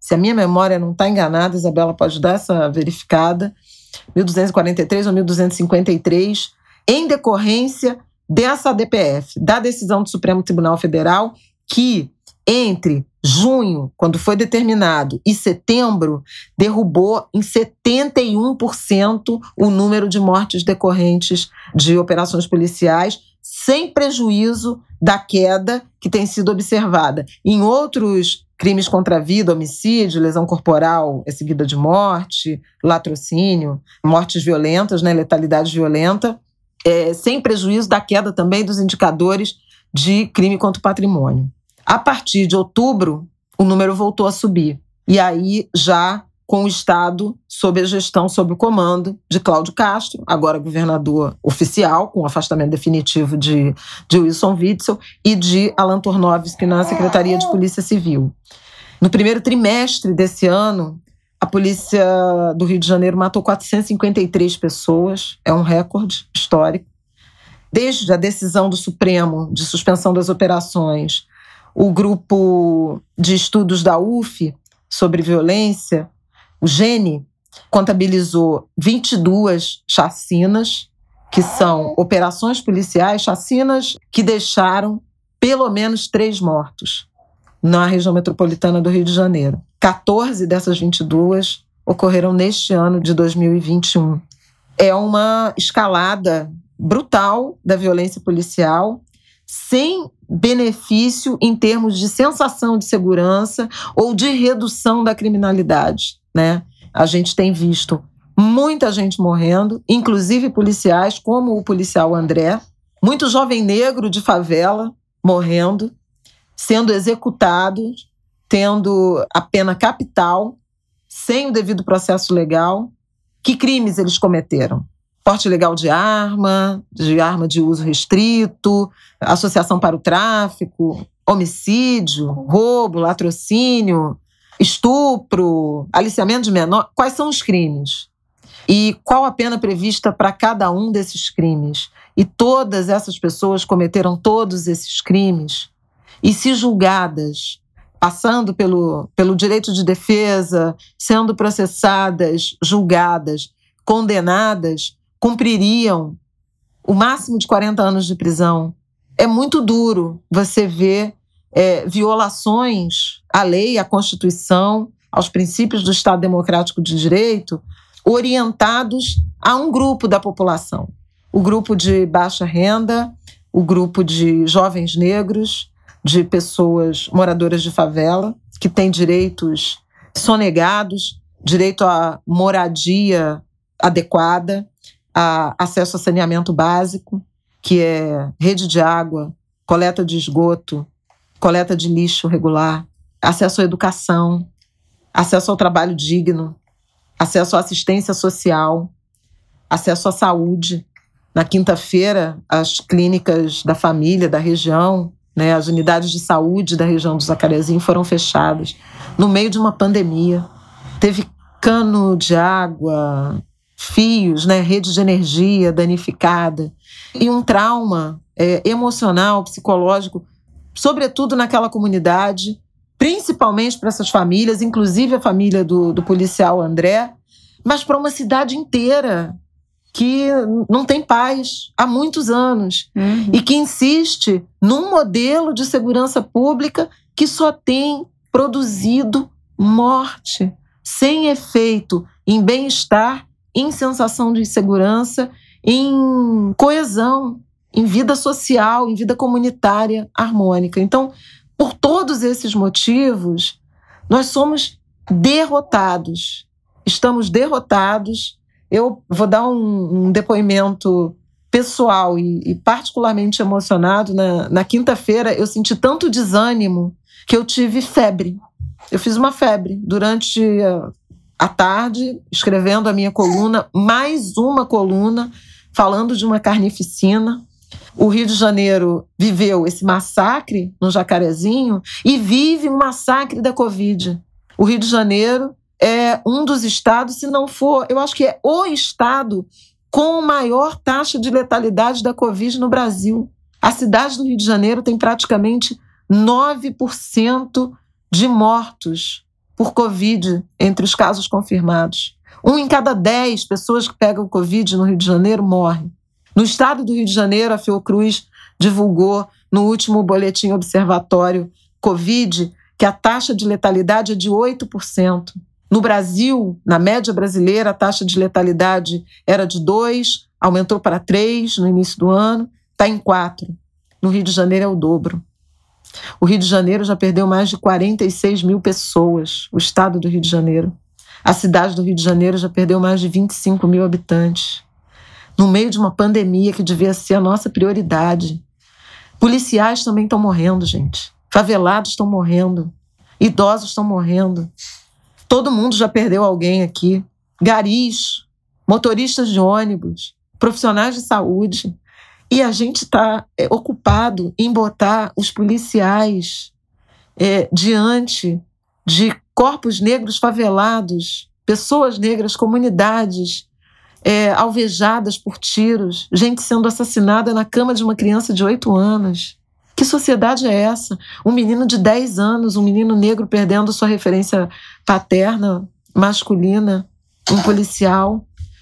se a minha memória não está enganada, Isabela pode dar essa verificada, mil duzentos e quarenta e três ou mil duzentos e cinquenta e três, em decorrência dessa D P F, da decisão do Supremo Tribunal Federal, que entre junho, quando foi determinado, e setembro, derrubou em setenta e um por cento o número de mortes decorrentes de operações policiais, sem prejuízo da queda que tem sido observada em outros crimes contra a vida, homicídio, lesão corporal é seguida de morte, latrocínio, mortes violentas, né, letalidade violenta, é, sem prejuízo da queda também dos indicadores de crime contra o patrimônio. A partir de outubro, o número voltou a subir. E aí, já com o Estado sob a gestão, sob o comando de Cláudio Castro, agora governador oficial, com o afastamento definitivo de, de Wilson Witzel, e de Alan Tornowski na Secretaria de Polícia Civil. No primeiro trimestre desse ano, a Polícia do Rio de Janeiro matou quatrocentas e cinquenta e três pessoas, é um recorde histórico. Desde a decisão do Supremo de suspensão das operações, o grupo de estudos da U F sobre violência, o GENE, contabilizou vinte e duas chacinas, que são operações policiais, chacinas que deixaram pelo menos três mortos na região metropolitana do Rio de Janeiro. quatorze dessas vinte e duas ocorreram neste ano de dois mil e vinte e um. É uma escalada brutal da violência policial, sem benefício em termos de sensação de segurança ou de redução da criminalidade, né? A gente tem visto muita gente morrendo, inclusive policiais, como o policial André, muito jovem negro de favela morrendo, sendo executados, tendo a pena capital, sem o devido processo legal. Que crimes eles cometeram? Porte ilegal de arma, de arma de uso restrito, associação para o tráfico, homicídio, roubo, latrocínio, estupro, aliciamento de menor. Quais são os crimes? E qual a pena prevista para cada um desses crimes? E todas essas pessoas cometeram todos esses crimes e, se julgadas, passando pelo, pelo direito de defesa, sendo processadas, julgadas, condenadas, cumpririam o máximo de quarenta anos de prisão. É muito duro você ver é, violações à lei, à Constituição, aos princípios do Estado Democrático de Direito, orientados a um grupo da população. O grupo de baixa renda, o grupo de jovens negros, de pessoas moradoras de favela, que têm direitos sonegados, direito à moradia adequada, a acesso a saneamento básico, que é rede de água, coleta de esgoto, coleta de lixo regular, acesso à educação, acesso ao trabalho digno, acesso à assistência social, acesso à saúde. Na quinta-feira, as clínicas da família, da região, né, as unidades de saúde da região do Jacarezinho foram fechadas no meio de uma pandemia. Teve cano de água, fios, né, rede de energia danificada e um trauma é, emocional, psicológico, sobretudo naquela comunidade, principalmente para essas famílias, inclusive a família do, do policial André, mas para uma cidade inteira que não tem paz há muitos anos, uhum. e que insiste num modelo de segurança pública que só tem produzido morte, sem efeito em bem-estar, em sensação de segurança, em coesão, em vida social, em vida comunitária harmônica. Então, por todos esses motivos, nós somos derrotados. Estamos derrotados. Eu vou dar um, um depoimento pessoal e, e particularmente emocionado. Na, na quinta-feira, eu senti tanto desânimo que eu tive febre. Eu fiz uma febre durante a, a tarde, escrevendo a minha coluna, mais uma coluna falando de uma carnificina. O Rio de Janeiro viveu esse massacre no Jacarezinho e vive um massacre da Covid. O Rio de Janeiro é um dos estados, se não for, eu acho que é o estado com maior taxa de letalidade da Covid no Brasil. A cidade do Rio de Janeiro tem praticamente nove por cento de mortos por Covid entre os casos confirmados. Um em cada dez pessoas que pegam Covid no Rio de Janeiro morre. No estado do Rio de Janeiro, a Fiocruz divulgou no último boletim observatório Covid que a taxa de letalidade é de oito por cento. No Brasil, na média brasileira, a taxa de letalidade era de dois, aumentou para três no início do ano, está em quatro. No Rio de Janeiro é o dobro. O Rio de Janeiro já perdeu mais de quarenta e seis mil pessoas, o estado do Rio de Janeiro. A cidade do Rio de Janeiro já perdeu mais de vinte e cinco mil habitantes. No meio de uma pandemia que devia ser a nossa prioridade. Policiais também estão morrendo, gente. Favelados estão morrendo. Idosos estão morrendo. Todo mundo já perdeu alguém aqui. Garis, motoristas de ônibus, profissionais de saúde. E a gente está é, ocupado em botar os policiais é, diante de corpos negros favelados, pessoas negras, comunidades é, alvejadas por tiros, gente sendo assassinada na cama de uma criança de oito anos. Que sociedade é essa? Um menino de dez anos, um menino negro perdendo sua referência paterna, masculina, um policial.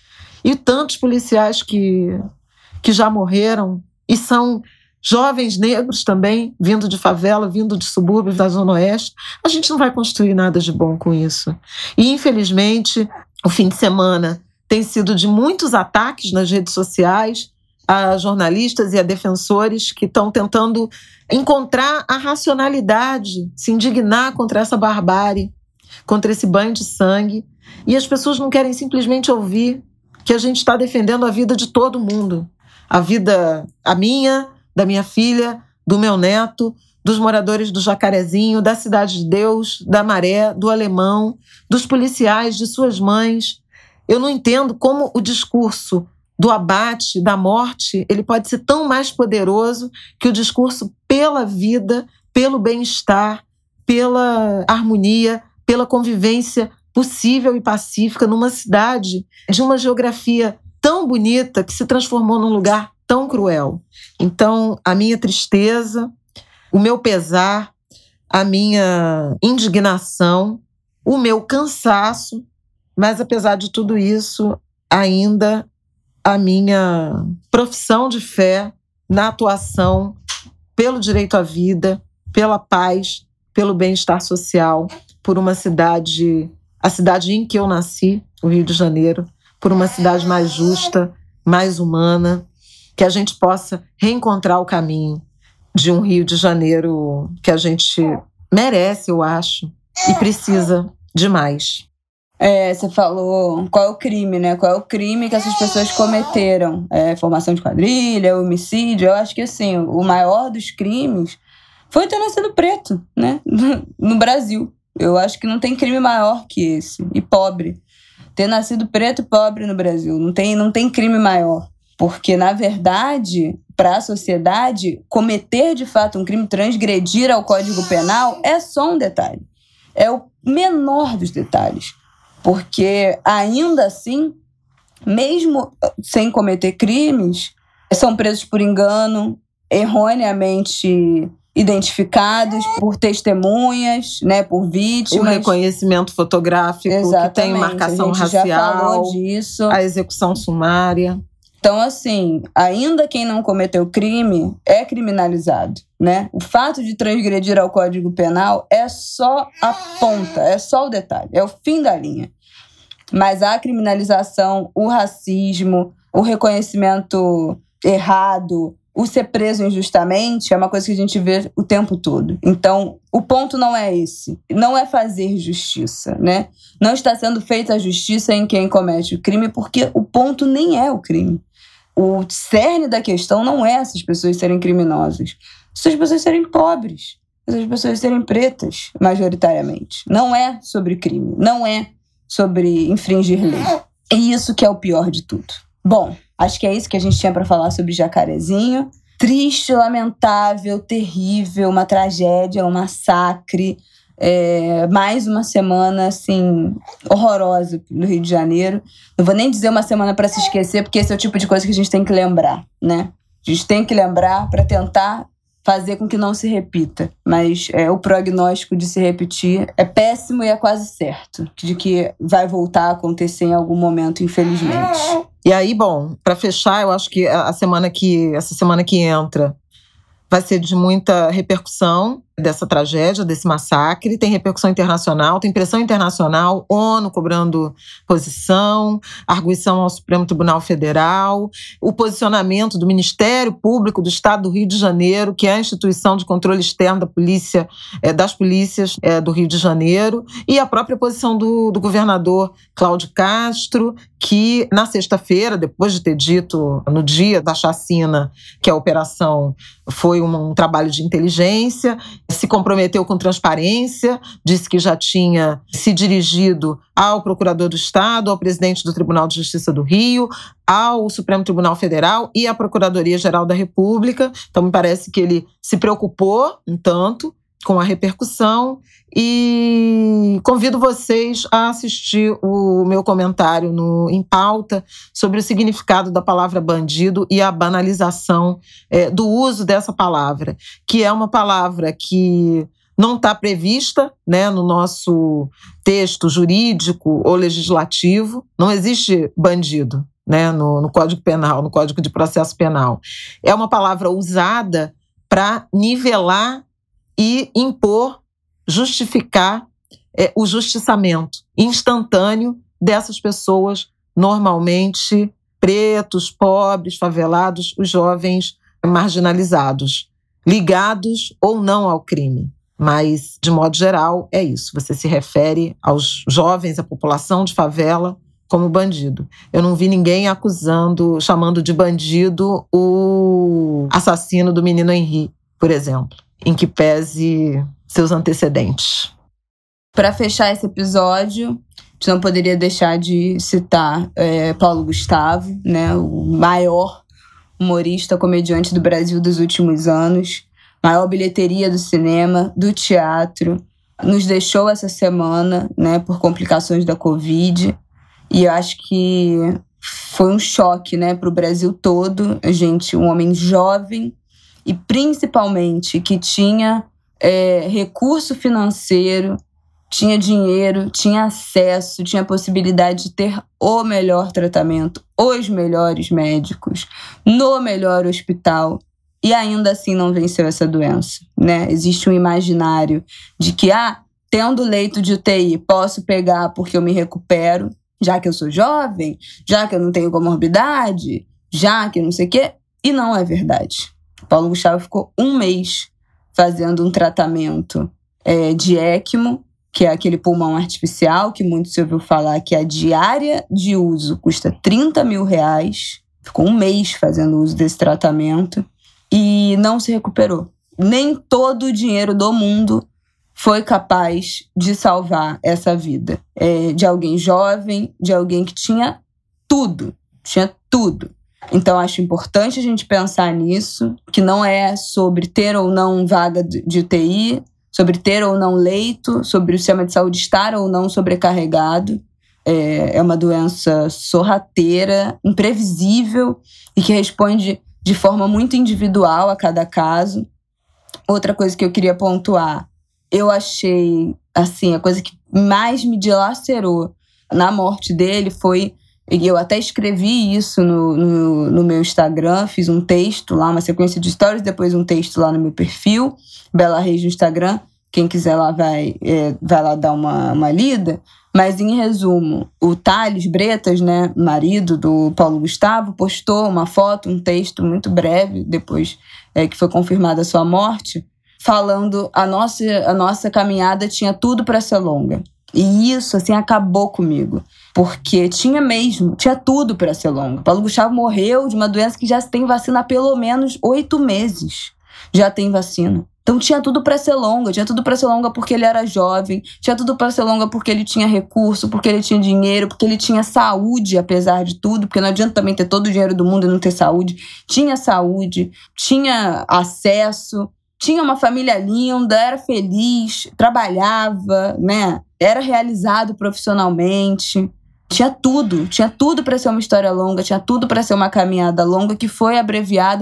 E tantos policiais que, que já morreram e são jovens negros também, vindo de favela, vindo de subúrbios da Zona Oeste. A gente não vai construir nada de bom com isso. E, infelizmente, o fim de semana tem sido de muitos ataques nas redes sociais a jornalistas e a defensores que estão tentando encontrar a racionalidade, se indignar contra essa barbárie, contra esse banho de sangue. E as pessoas não querem simplesmente ouvir que a gente está defendendo a vida de todo mundo. A vida, a minha, da minha filha, do meu neto, dos moradores do Jacarezinho, da Cidade de Deus, da Maré, do Alemão, dos policiais, de suas mães. Eu não entendo como o discurso do abate, da morte, ele pode ser tão mais poderoso que o discurso pela vida, pelo bem-estar, pela harmonia, pela convivência possível e pacífica numa cidade de uma geografia tão bonita que se transformou num lugar tão cruel. Então, a minha tristeza, o meu pesar, a minha indignação, o meu cansaço, mas apesar de tudo isso, ainda a minha profissão de fé na atuação pelo direito à vida, pela paz, pelo bem-estar social, por uma cidade, a cidade em que eu nasci, o Rio de Janeiro, por uma cidade mais justa, mais humana, que a gente possa reencontrar o caminho de um Rio de Janeiro que a gente merece, eu acho, e precisa de mais.
É, você falou qual é o crime, né? Qual é o crime que essas pessoas cometeram? É, formação de quadrilha, homicídio. Eu acho que, assim, o maior dos crimes foi ter nascido preto, né? No Brasil. Eu acho que não tem crime maior que esse. E pobre. Ter nascido preto e pobre no Brasil. Não tem, não tem crime maior. Porque, na verdade, para a sociedade, cometer de fato um crime, transgredir ao Código Penal, é só um detalhe. É o menor dos detalhes. Porque, ainda assim, mesmo sem cometer crimes, são presos por engano, erroneamente identificados por testemunhas, né, por vítimas.
O reconhecimento fotográfico,
exatamente,
que tem marcação
a gente
racial,
já falou disso.
A execução sumária.
Então, assim, ainda quem não cometeu crime é criminalizado, né? O fato de transgredir ao Código Penal é só a ponta, é só o detalhe, é o fim da linha. Mas a criminalização, o racismo, o reconhecimento errado, o ser preso injustamente é uma coisa que a gente vê o tempo todo. Então, o ponto não é esse. Não é fazer justiça, né? Não está sendo feita a justiça em quem comete o crime, porque o ponto nem é o crime. O cerne da questão não é essas pessoas serem criminosas. Essas pessoas serem pobres. Essas pessoas serem pretas, majoritariamente. Não é sobre crime. Não é sobre infringir lei. É isso que é o pior de tudo. Bom, acho que é isso que a gente tinha para falar sobre Jacarezinho. Triste, lamentável, terrível, uma tragédia, um massacre. É, mais uma semana, assim, horrorosa no Rio de Janeiro. Não vou nem dizer uma semana para se esquecer, porque esse é o tipo de coisa que a gente tem que lembrar, né? A gente tem que lembrar para tentar fazer com que não se repita. Mas é, o prognóstico de se repetir é péssimo e é quase certo, de que vai voltar a acontecer em algum momento, infelizmente.
E aí, bom, para fechar, eu acho que a semana que, essa semana que entra vai ser de muita repercussão dessa tragédia, desse massacre. Tem repercussão internacional, tem pressão internacional, ONU cobrando posição, arguição ao Supremo Tribunal Federal, o posicionamento do Ministério Público do Estado do Rio de Janeiro, que é a instituição de controle externo da polícia, é, das polícias é, do Rio de Janeiro, e a própria posição do, do governador Cláudio Castro, que na sexta-feira, depois de ter dito no dia da chacina que a operação foi um, um trabalho de inteligência, se comprometeu com transparência, disse que já tinha se dirigido ao procurador do Estado, ao presidente do Tribunal de Justiça do Rio, ao Supremo Tribunal Federal e à Procuradoria-Geral da República. Então, me parece que ele se preocupou um tanto com a repercussão e convido vocês a assistir o meu comentário no Em Pauta sobre o significado da palavra bandido e a banalização é, do uso dessa palavra, que é uma palavra que não está prevista, né, no nosso texto jurídico ou legislativo. Não existe bandido, né, no, no Código Penal, no Código de Processo Penal. É uma palavra usada para nivelar e impor, justificar é, o justiçamento instantâneo dessas pessoas, normalmente pretos, pobres, favelados, os jovens marginalizados, ligados ou não ao crime. Mas, de modo geral, é isso. Você se refere aos jovens, à população de favela, como bandido. Eu não vi ninguém acusando, chamando de bandido o assassino do menino Henri, por exemplo, em que pese seus antecedentes.
Para fechar esse episódio, a gente não poderia deixar de citar é, Paulo Gustavo, né, o maior humorista, comediante do Brasil dos últimos anos, maior bilheteria do cinema, do teatro. Nos deixou essa semana, né, por complicações da Covid. E eu acho que foi um choque, né, para o Brasil todo. A gente, um homem jovem e principalmente que tinha é, recurso financeiro, tinha dinheiro, tinha acesso, tinha possibilidade de ter o melhor tratamento, os melhores médicos, no melhor hospital. E ainda assim não venceu essa doença, né? Existe um imaginário de que, ah, tendo leito de U T I, posso pegar porque eu me recupero, já que eu sou jovem, já que eu não tenho comorbidade, já que não sei o quê. E não é verdade. Paulo Gustavo ficou um mês fazendo um tratamento é, de ECMO, que é aquele pulmão artificial, que muito se ouviu falar que a diária de uso custa trinta mil reais. Ficou um mês fazendo uso desse tratamento e não se recuperou. Nem todo o dinheiro do mundo foi capaz de salvar essa vida. É, de alguém jovem, de alguém que tinha tudo, tinha tudo. Então, acho importante a gente pensar nisso, que não é sobre ter ou não vaga de U T I, sobre ter ou não leito, sobre o sistema de saúde estar ou não sobrecarregado. É, é uma doença sorrateira, imprevisível e que responde de forma muito individual a cada caso. Outra coisa que eu queria pontuar, eu achei, assim, a coisa que mais me dilacerou na morte dele foi, e eu até escrevi isso no, no, no meu Instagram, fiz um texto lá, uma sequência de stories, depois um texto lá no meu perfil, Bela Reis no Instagram, quem quiser lá vai, é, vai lá dar uma, uma lida. Mas, em resumo, o Thales Bretas, né, marido do Paulo Gustavo, postou uma foto, um texto muito breve, depois é, que foi confirmada a sua morte, falando a nossa, a nossa caminhada tinha tudo para ser longa. E isso, assim, acabou comigo. Porque tinha mesmo, tinha tudo para ser longa. Paulo Gustavo morreu de uma doença que já tem vacina há pelo menos oito meses. Já tem vacina. Então tinha tudo para ser longa, tinha tudo para ser longa porque ele era jovem, tinha tudo para ser longa porque ele tinha recurso, porque ele tinha dinheiro, porque ele tinha saúde, apesar de tudo, porque não adianta também ter todo o dinheiro do mundo e não ter saúde. Tinha saúde, tinha acesso, tinha uma família linda, era feliz, trabalhava, né? Era realizado profissionalmente. Tinha tudo, tinha tudo para ser uma história longa, tinha tudo para ser uma caminhada longa que foi abreviada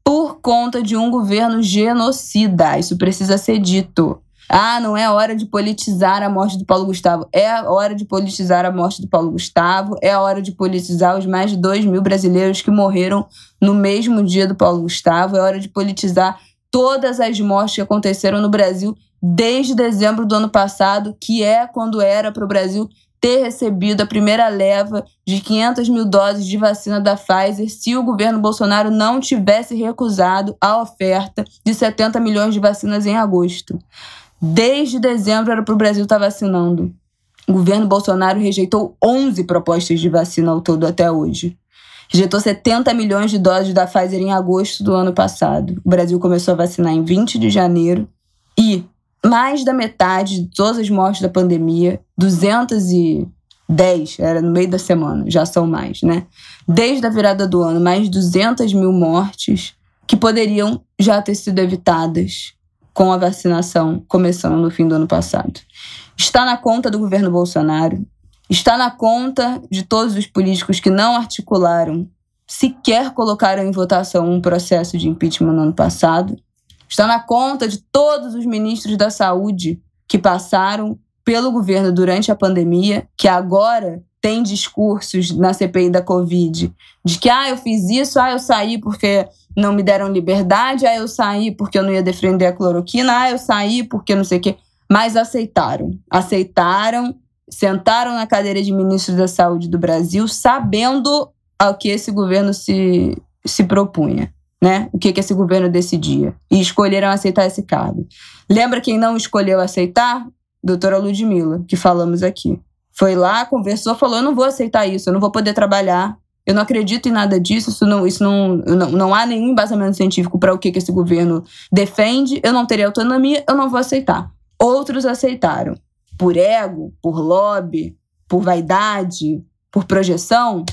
por conta de um governo genocida. Isso precisa ser dito. Ah, não é hora de politizar a morte do Paulo Gustavo. É a hora de politizar a morte do Paulo Gustavo. É a hora de politizar os mais de dois mil brasileiros que morreram no mesmo dia do Paulo Gustavo. É hora de politizar todas as mortes que aconteceram no Brasil desde dezembro do ano passado, que é quando era para o Brasil ter recebido a primeira leva de quinhentas mil doses de vacina da Pfizer se o governo Bolsonaro não tivesse recusado a oferta de setenta milhões de vacinas em agosto. Desde dezembro era para o Brasil estar vacinando. O governo Bolsonaro rejeitou onze propostas de vacina ao todo até hoje. Rejeitou setenta milhões de doses da Pfizer em agosto do ano passado. O Brasil começou a vacinar em vinte de janeiro e mais da metade de todas as mortes da pandemia, duzentos e dez, era no meio da semana, já são mais, né? Desde a virada do ano, mais de duzentas mil mortes que poderiam já ter sido evitadas com a vacinação começando no fim do ano passado. Está na conta do governo Bolsonaro, está na conta de todos os políticos que não articularam, sequer colocaram em votação um processo de impeachment no ano passado. Está na conta de todos os ministros da saúde que passaram pelo governo durante a pandemia, que agora tem discursos na C P I da Covid de que ah, eu fiz isso, ah, eu saí porque não me deram liberdade, ah, eu saí porque eu não ia defender a cloroquina, ah, eu saí porque não sei o quê. Mas aceitaram. Aceitaram, sentaram na cadeira de ministros da saúde do Brasil, sabendo ao que esse governo se, se propunha, né? O que, que esse governo decidia. E escolheram aceitar esse cargo. Lembra quem não escolheu aceitar? Doutora Ludmilla, que falamos aqui. Foi lá, conversou, falou, eu não vou aceitar isso, eu não vou poder trabalhar, eu não acredito em nada disso, isso não, isso não, não, não há nenhum embasamento científico para o que, que esse governo defende, eu não teria autonomia, eu não vou aceitar. Outros aceitaram. Por ego, por lobby, por vaidade, por projeção,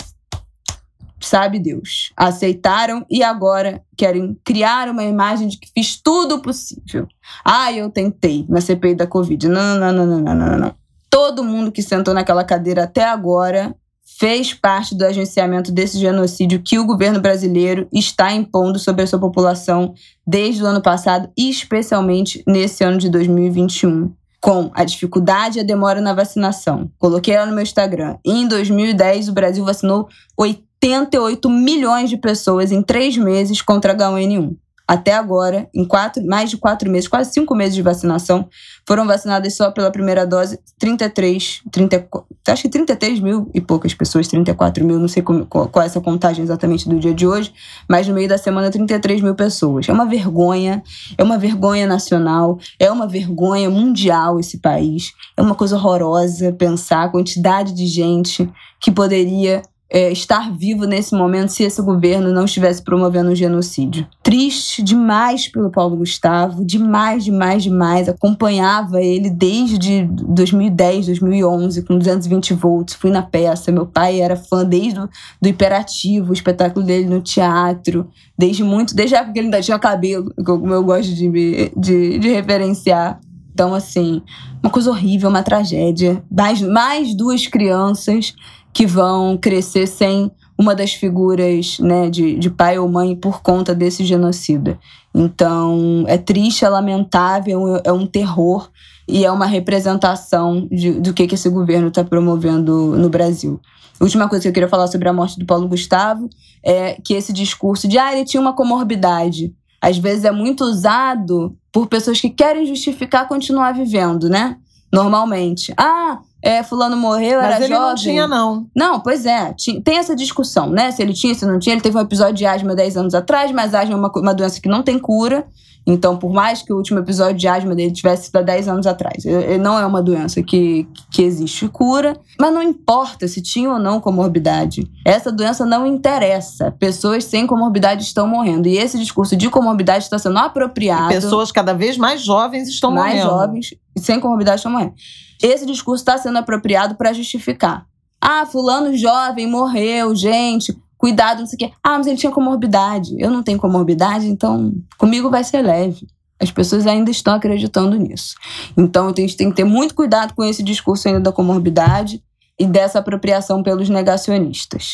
sabe Deus. Aceitaram e agora querem criar uma imagem de que fiz tudo o possível. Ah, eu tentei na C P I da Covid. Não, não, não, não, não, não, não. Todo mundo que sentou naquela cadeira até agora fez parte do agenciamento desse genocídio que o governo brasileiro está impondo sobre a sua população desde o ano passado e especialmente nesse ano de dois mil e vinte e um. Com a dificuldade e a demora na vacinação. Coloquei lá no meu Instagram. Em dois mil e dez, o Brasil vacinou oitenta e oito milhões de pessoas em três meses contra H um N um. Até agora, em quatro, mais de quatro meses, quase cinco meses de vacinação, foram vacinadas só pela primeira dose trinta e três, trinta, acho que trinta e três mil e poucas pessoas, trinta e quatro mil, não sei como, qual, qual é essa contagem exatamente do dia de hoje, mas no meio da semana trinta e três mil pessoas. É uma vergonha, é uma vergonha nacional, é uma vergonha mundial esse país, é uma coisa horrorosa pensar a quantidade de gente que poderia É, estar vivo nesse momento se esse governo não estivesse promovendo um genocídio. Triste demais pelo Paulo Gustavo, demais, demais, demais. Acompanhava ele desde dois mil e dez, dois mil e onze, com duzentos e vinte volts. Fui na peça, meu pai era fã desde o do Hiperativo, o espetáculo dele no teatro, desde muito, desde a época que ele ainda tinha cabelo, como eu gosto de, de, de referenciar. Então, assim, uma coisa horrível, uma tragédia. Mais, mais duas crianças que vão crescer sem uma das figuras, né, de, de pai ou mãe por conta desse genocida. Então, é triste, é lamentável, é um terror e é uma representação de, do que, que esse governo está promovendo no Brasil. A última coisa que eu queria falar sobre a morte do Paulo Gustavo é que esse discurso de ah, ele tinha uma comorbidade, às vezes é muito usado por pessoas que querem justificar continuar vivendo, né? Normalmente. Ah, é, fulano morreu,
Mas
era
ele
jovem.
não tinha, não.
Não, pois é. Tinha, tem essa discussão, né? Se ele tinha, se não tinha. Ele teve um episódio de asma dez anos atrás, mas asma é uma, uma doença que não tem cura. Então, por mais que o último episódio de asma dele tivesse sido há dez anos atrás, ele não é uma doença que, que existe cura. Mas não importa se tinha ou não comorbidade. Essa doença não interessa. Pessoas sem comorbidade estão morrendo. E esse discurso de comorbidade está sendo apropriado.
E pessoas cada vez mais jovens estão
mais
morrendo.
Mais jovens e sem comorbidade estão morrendo. Esse discurso está sendo apropriado para justificar. Ah, fulano jovem morreu, gente, cuidado, não sei o quê. Ah, mas ele tinha comorbidade. Eu não tenho comorbidade, então comigo vai ser leve. As pessoas ainda estão acreditando nisso. Então, a gente tem que ter muito cuidado com esse discurso ainda da comorbidade e dessa apropriação pelos negacionistas.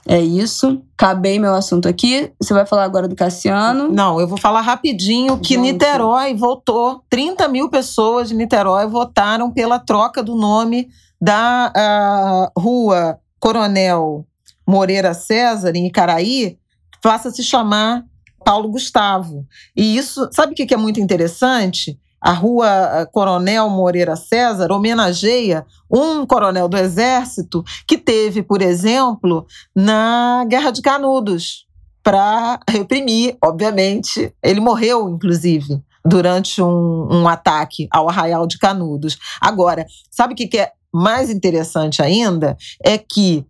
É isso. Acabei meu assunto aqui. Você vai falar agora do Cassiano?
Não, eu vou falar rapidinho que
Gente.
Niterói votou. trinta mil pessoas de Niterói votaram pela troca do nome da uh, rua Coronel Moreira César, em Icaraí, passa a se chamar Paulo Gustavo. E isso, sabe o que é muito interessante? A rua Coronel Moreira César homenageia um coronel do Exército que teve, por exemplo, na Guerra de Canudos, para reprimir, obviamente. Ele morreu, inclusive, durante um, um ataque ao Arraial de Canudos. Agora, sabe o que é mais interessante ainda? É que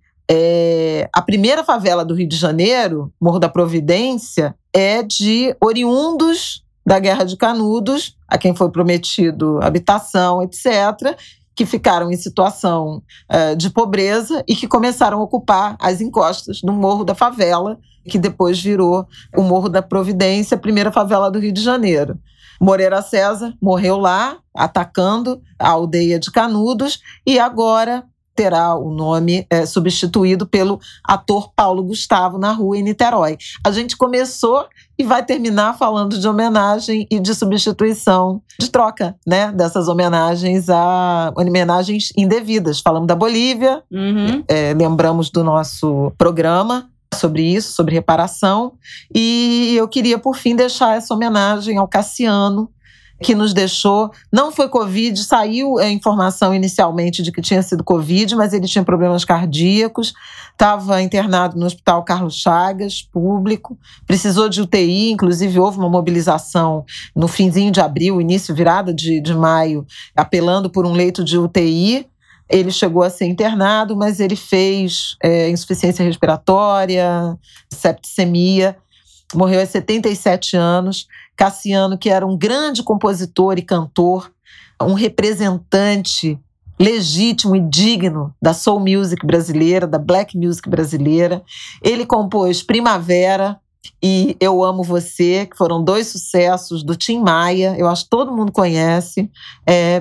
é, a primeira favela do Rio de Janeiro, Morro da Providência, é de oriundos da Guerra de Canudos, a quem foi prometido habitação, etcétera, que ficaram em situação uh, de pobreza e que começaram a ocupar as encostas do Morro da Favela, que depois virou o Morro da Providência, a primeira favela do Rio de Janeiro. Moreira César morreu lá, atacando a aldeia de Canudos, e agora terá o nome é, substituído pelo ator Paulo Gustavo na rua em Niterói. A gente começou e vai terminar falando de homenagem e de substituição, de troca, né, dessas homenagens a homenagens indevidas. Falamos da Bolívia,
Uhum.
é, lembramos do nosso programa sobre isso, sobre reparação, e eu queria, por fim, deixar essa homenagem ao Cassiano, que nos deixou. Não foi Covid, saiu a informação inicialmente de que tinha sido Covid, mas ele tinha problemas cardíacos, estava internado no Hospital Carlos Chagas, público, precisou de U T I, inclusive houve uma mobilização no finzinho de abril, início, virada de, de maio, apelando por um leito de U T I. Ele chegou a ser internado, mas ele fez é, insuficiência respiratória, septicemia, morreu aos setenta e sete anos. Cassiano, que era um grande compositor e cantor, um representante legítimo e digno da soul music brasileira, da black music brasileira. Ele compôs Primavera e Eu Amo Você, que foram dois sucessos do Tim Maia, eu acho que todo mundo conhece. É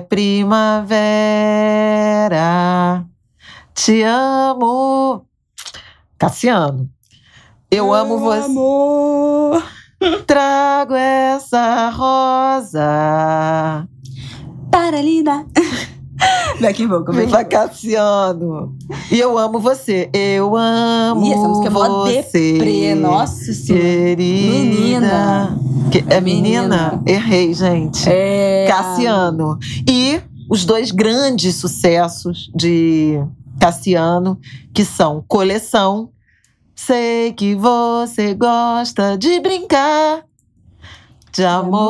primavera, te amo. Cassiano. Eu, eu amo você.
Amor.
Trago essa rosa
para linda. Daqui a pouco,
Viva Cassiano. E eu amo você. Eu amo
Ih, essa música é mó
você.
Deprê, nossa senhora.
Querida.
Menina.
Que, é menina?
menina?
Errei, gente.
É...
Cassiano. E os dois grandes sucessos de Cassiano, que são Coleção. Sei que você gosta de brincar, de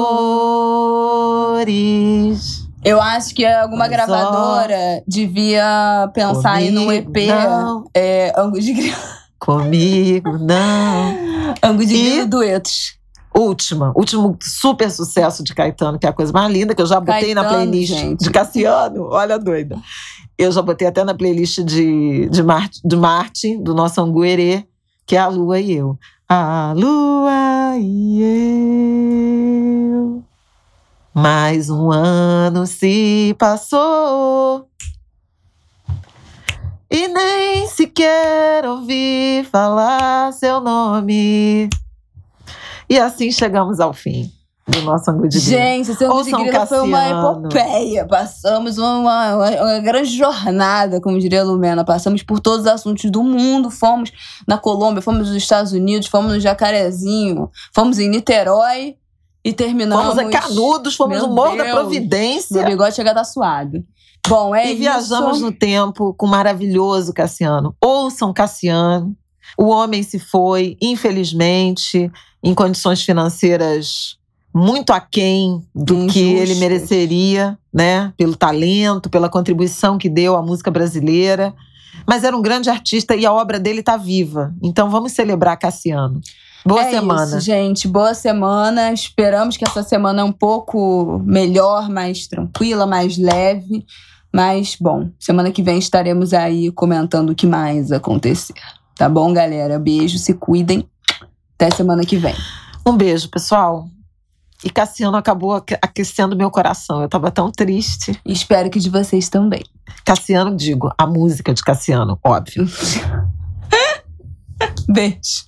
amores.
Eu acho que alguma
Mas,
gravadora
ó,
devia pensar aí num E P.
Não.
É, Angus de Grilo.
Comigo, não.
Angus de
E-
Grilo duetos.
Última, último super sucesso de Caetano, que é a coisa mais linda, que eu já botei na
Caetano,
playlist
gente.
de Cassiano. Olha a doida. Eu já botei até na playlist de, de, Mar, de Martin, do nosso Anguerê, que é A Lua e Eu. A Lua e Eu. Mais um ano se passou e nem sequer ouvi falar seu nome. E assim chegamos ao fim do nosso Angu de Grilo.
Gente, esse Angus de
Ouçam
Grilo foi uma
Cassiano.
epopeia. Passamos uma, uma, uma grande jornada, como diria a Lumena. Passamos por todos os assuntos do mundo. Fomos na Colômbia, fomos nos Estados Unidos, fomos no Jacarezinho, fomos em Niterói e terminamos...
Fomos a Canudos, fomos
Meu
no Morro da
Deus,
Providência.
Meu bigode chega a dar suado. Bom, é
E
isso.
viajamos no tempo com o maravilhoso Cassiano. Ouçam Cassiano. O homem se foi, infelizmente, em condições financeiras muito aquém do
Injustas.
que ele mereceria, né? Pelo talento, pela contribuição que deu à música brasileira. Mas era um grande artista e a obra dele está viva. Então vamos celebrar Cassiano. Boa
é
semana.
isso, gente. Boa semana. Esperamos que essa semana é um pouco melhor, mais tranquila, mais leve. Mas, bom, semana que vem estaremos aí comentando o que mais acontecer. Tá bom, galera? Beijo, se cuidem. Até semana que vem.
Um beijo, pessoal. E Cassiano acabou aque- aquecendo meu coração. Eu tava tão triste.
Espero que de vocês também.
Cassiano, digo, a música de Cassiano, óbvio.
Beijo.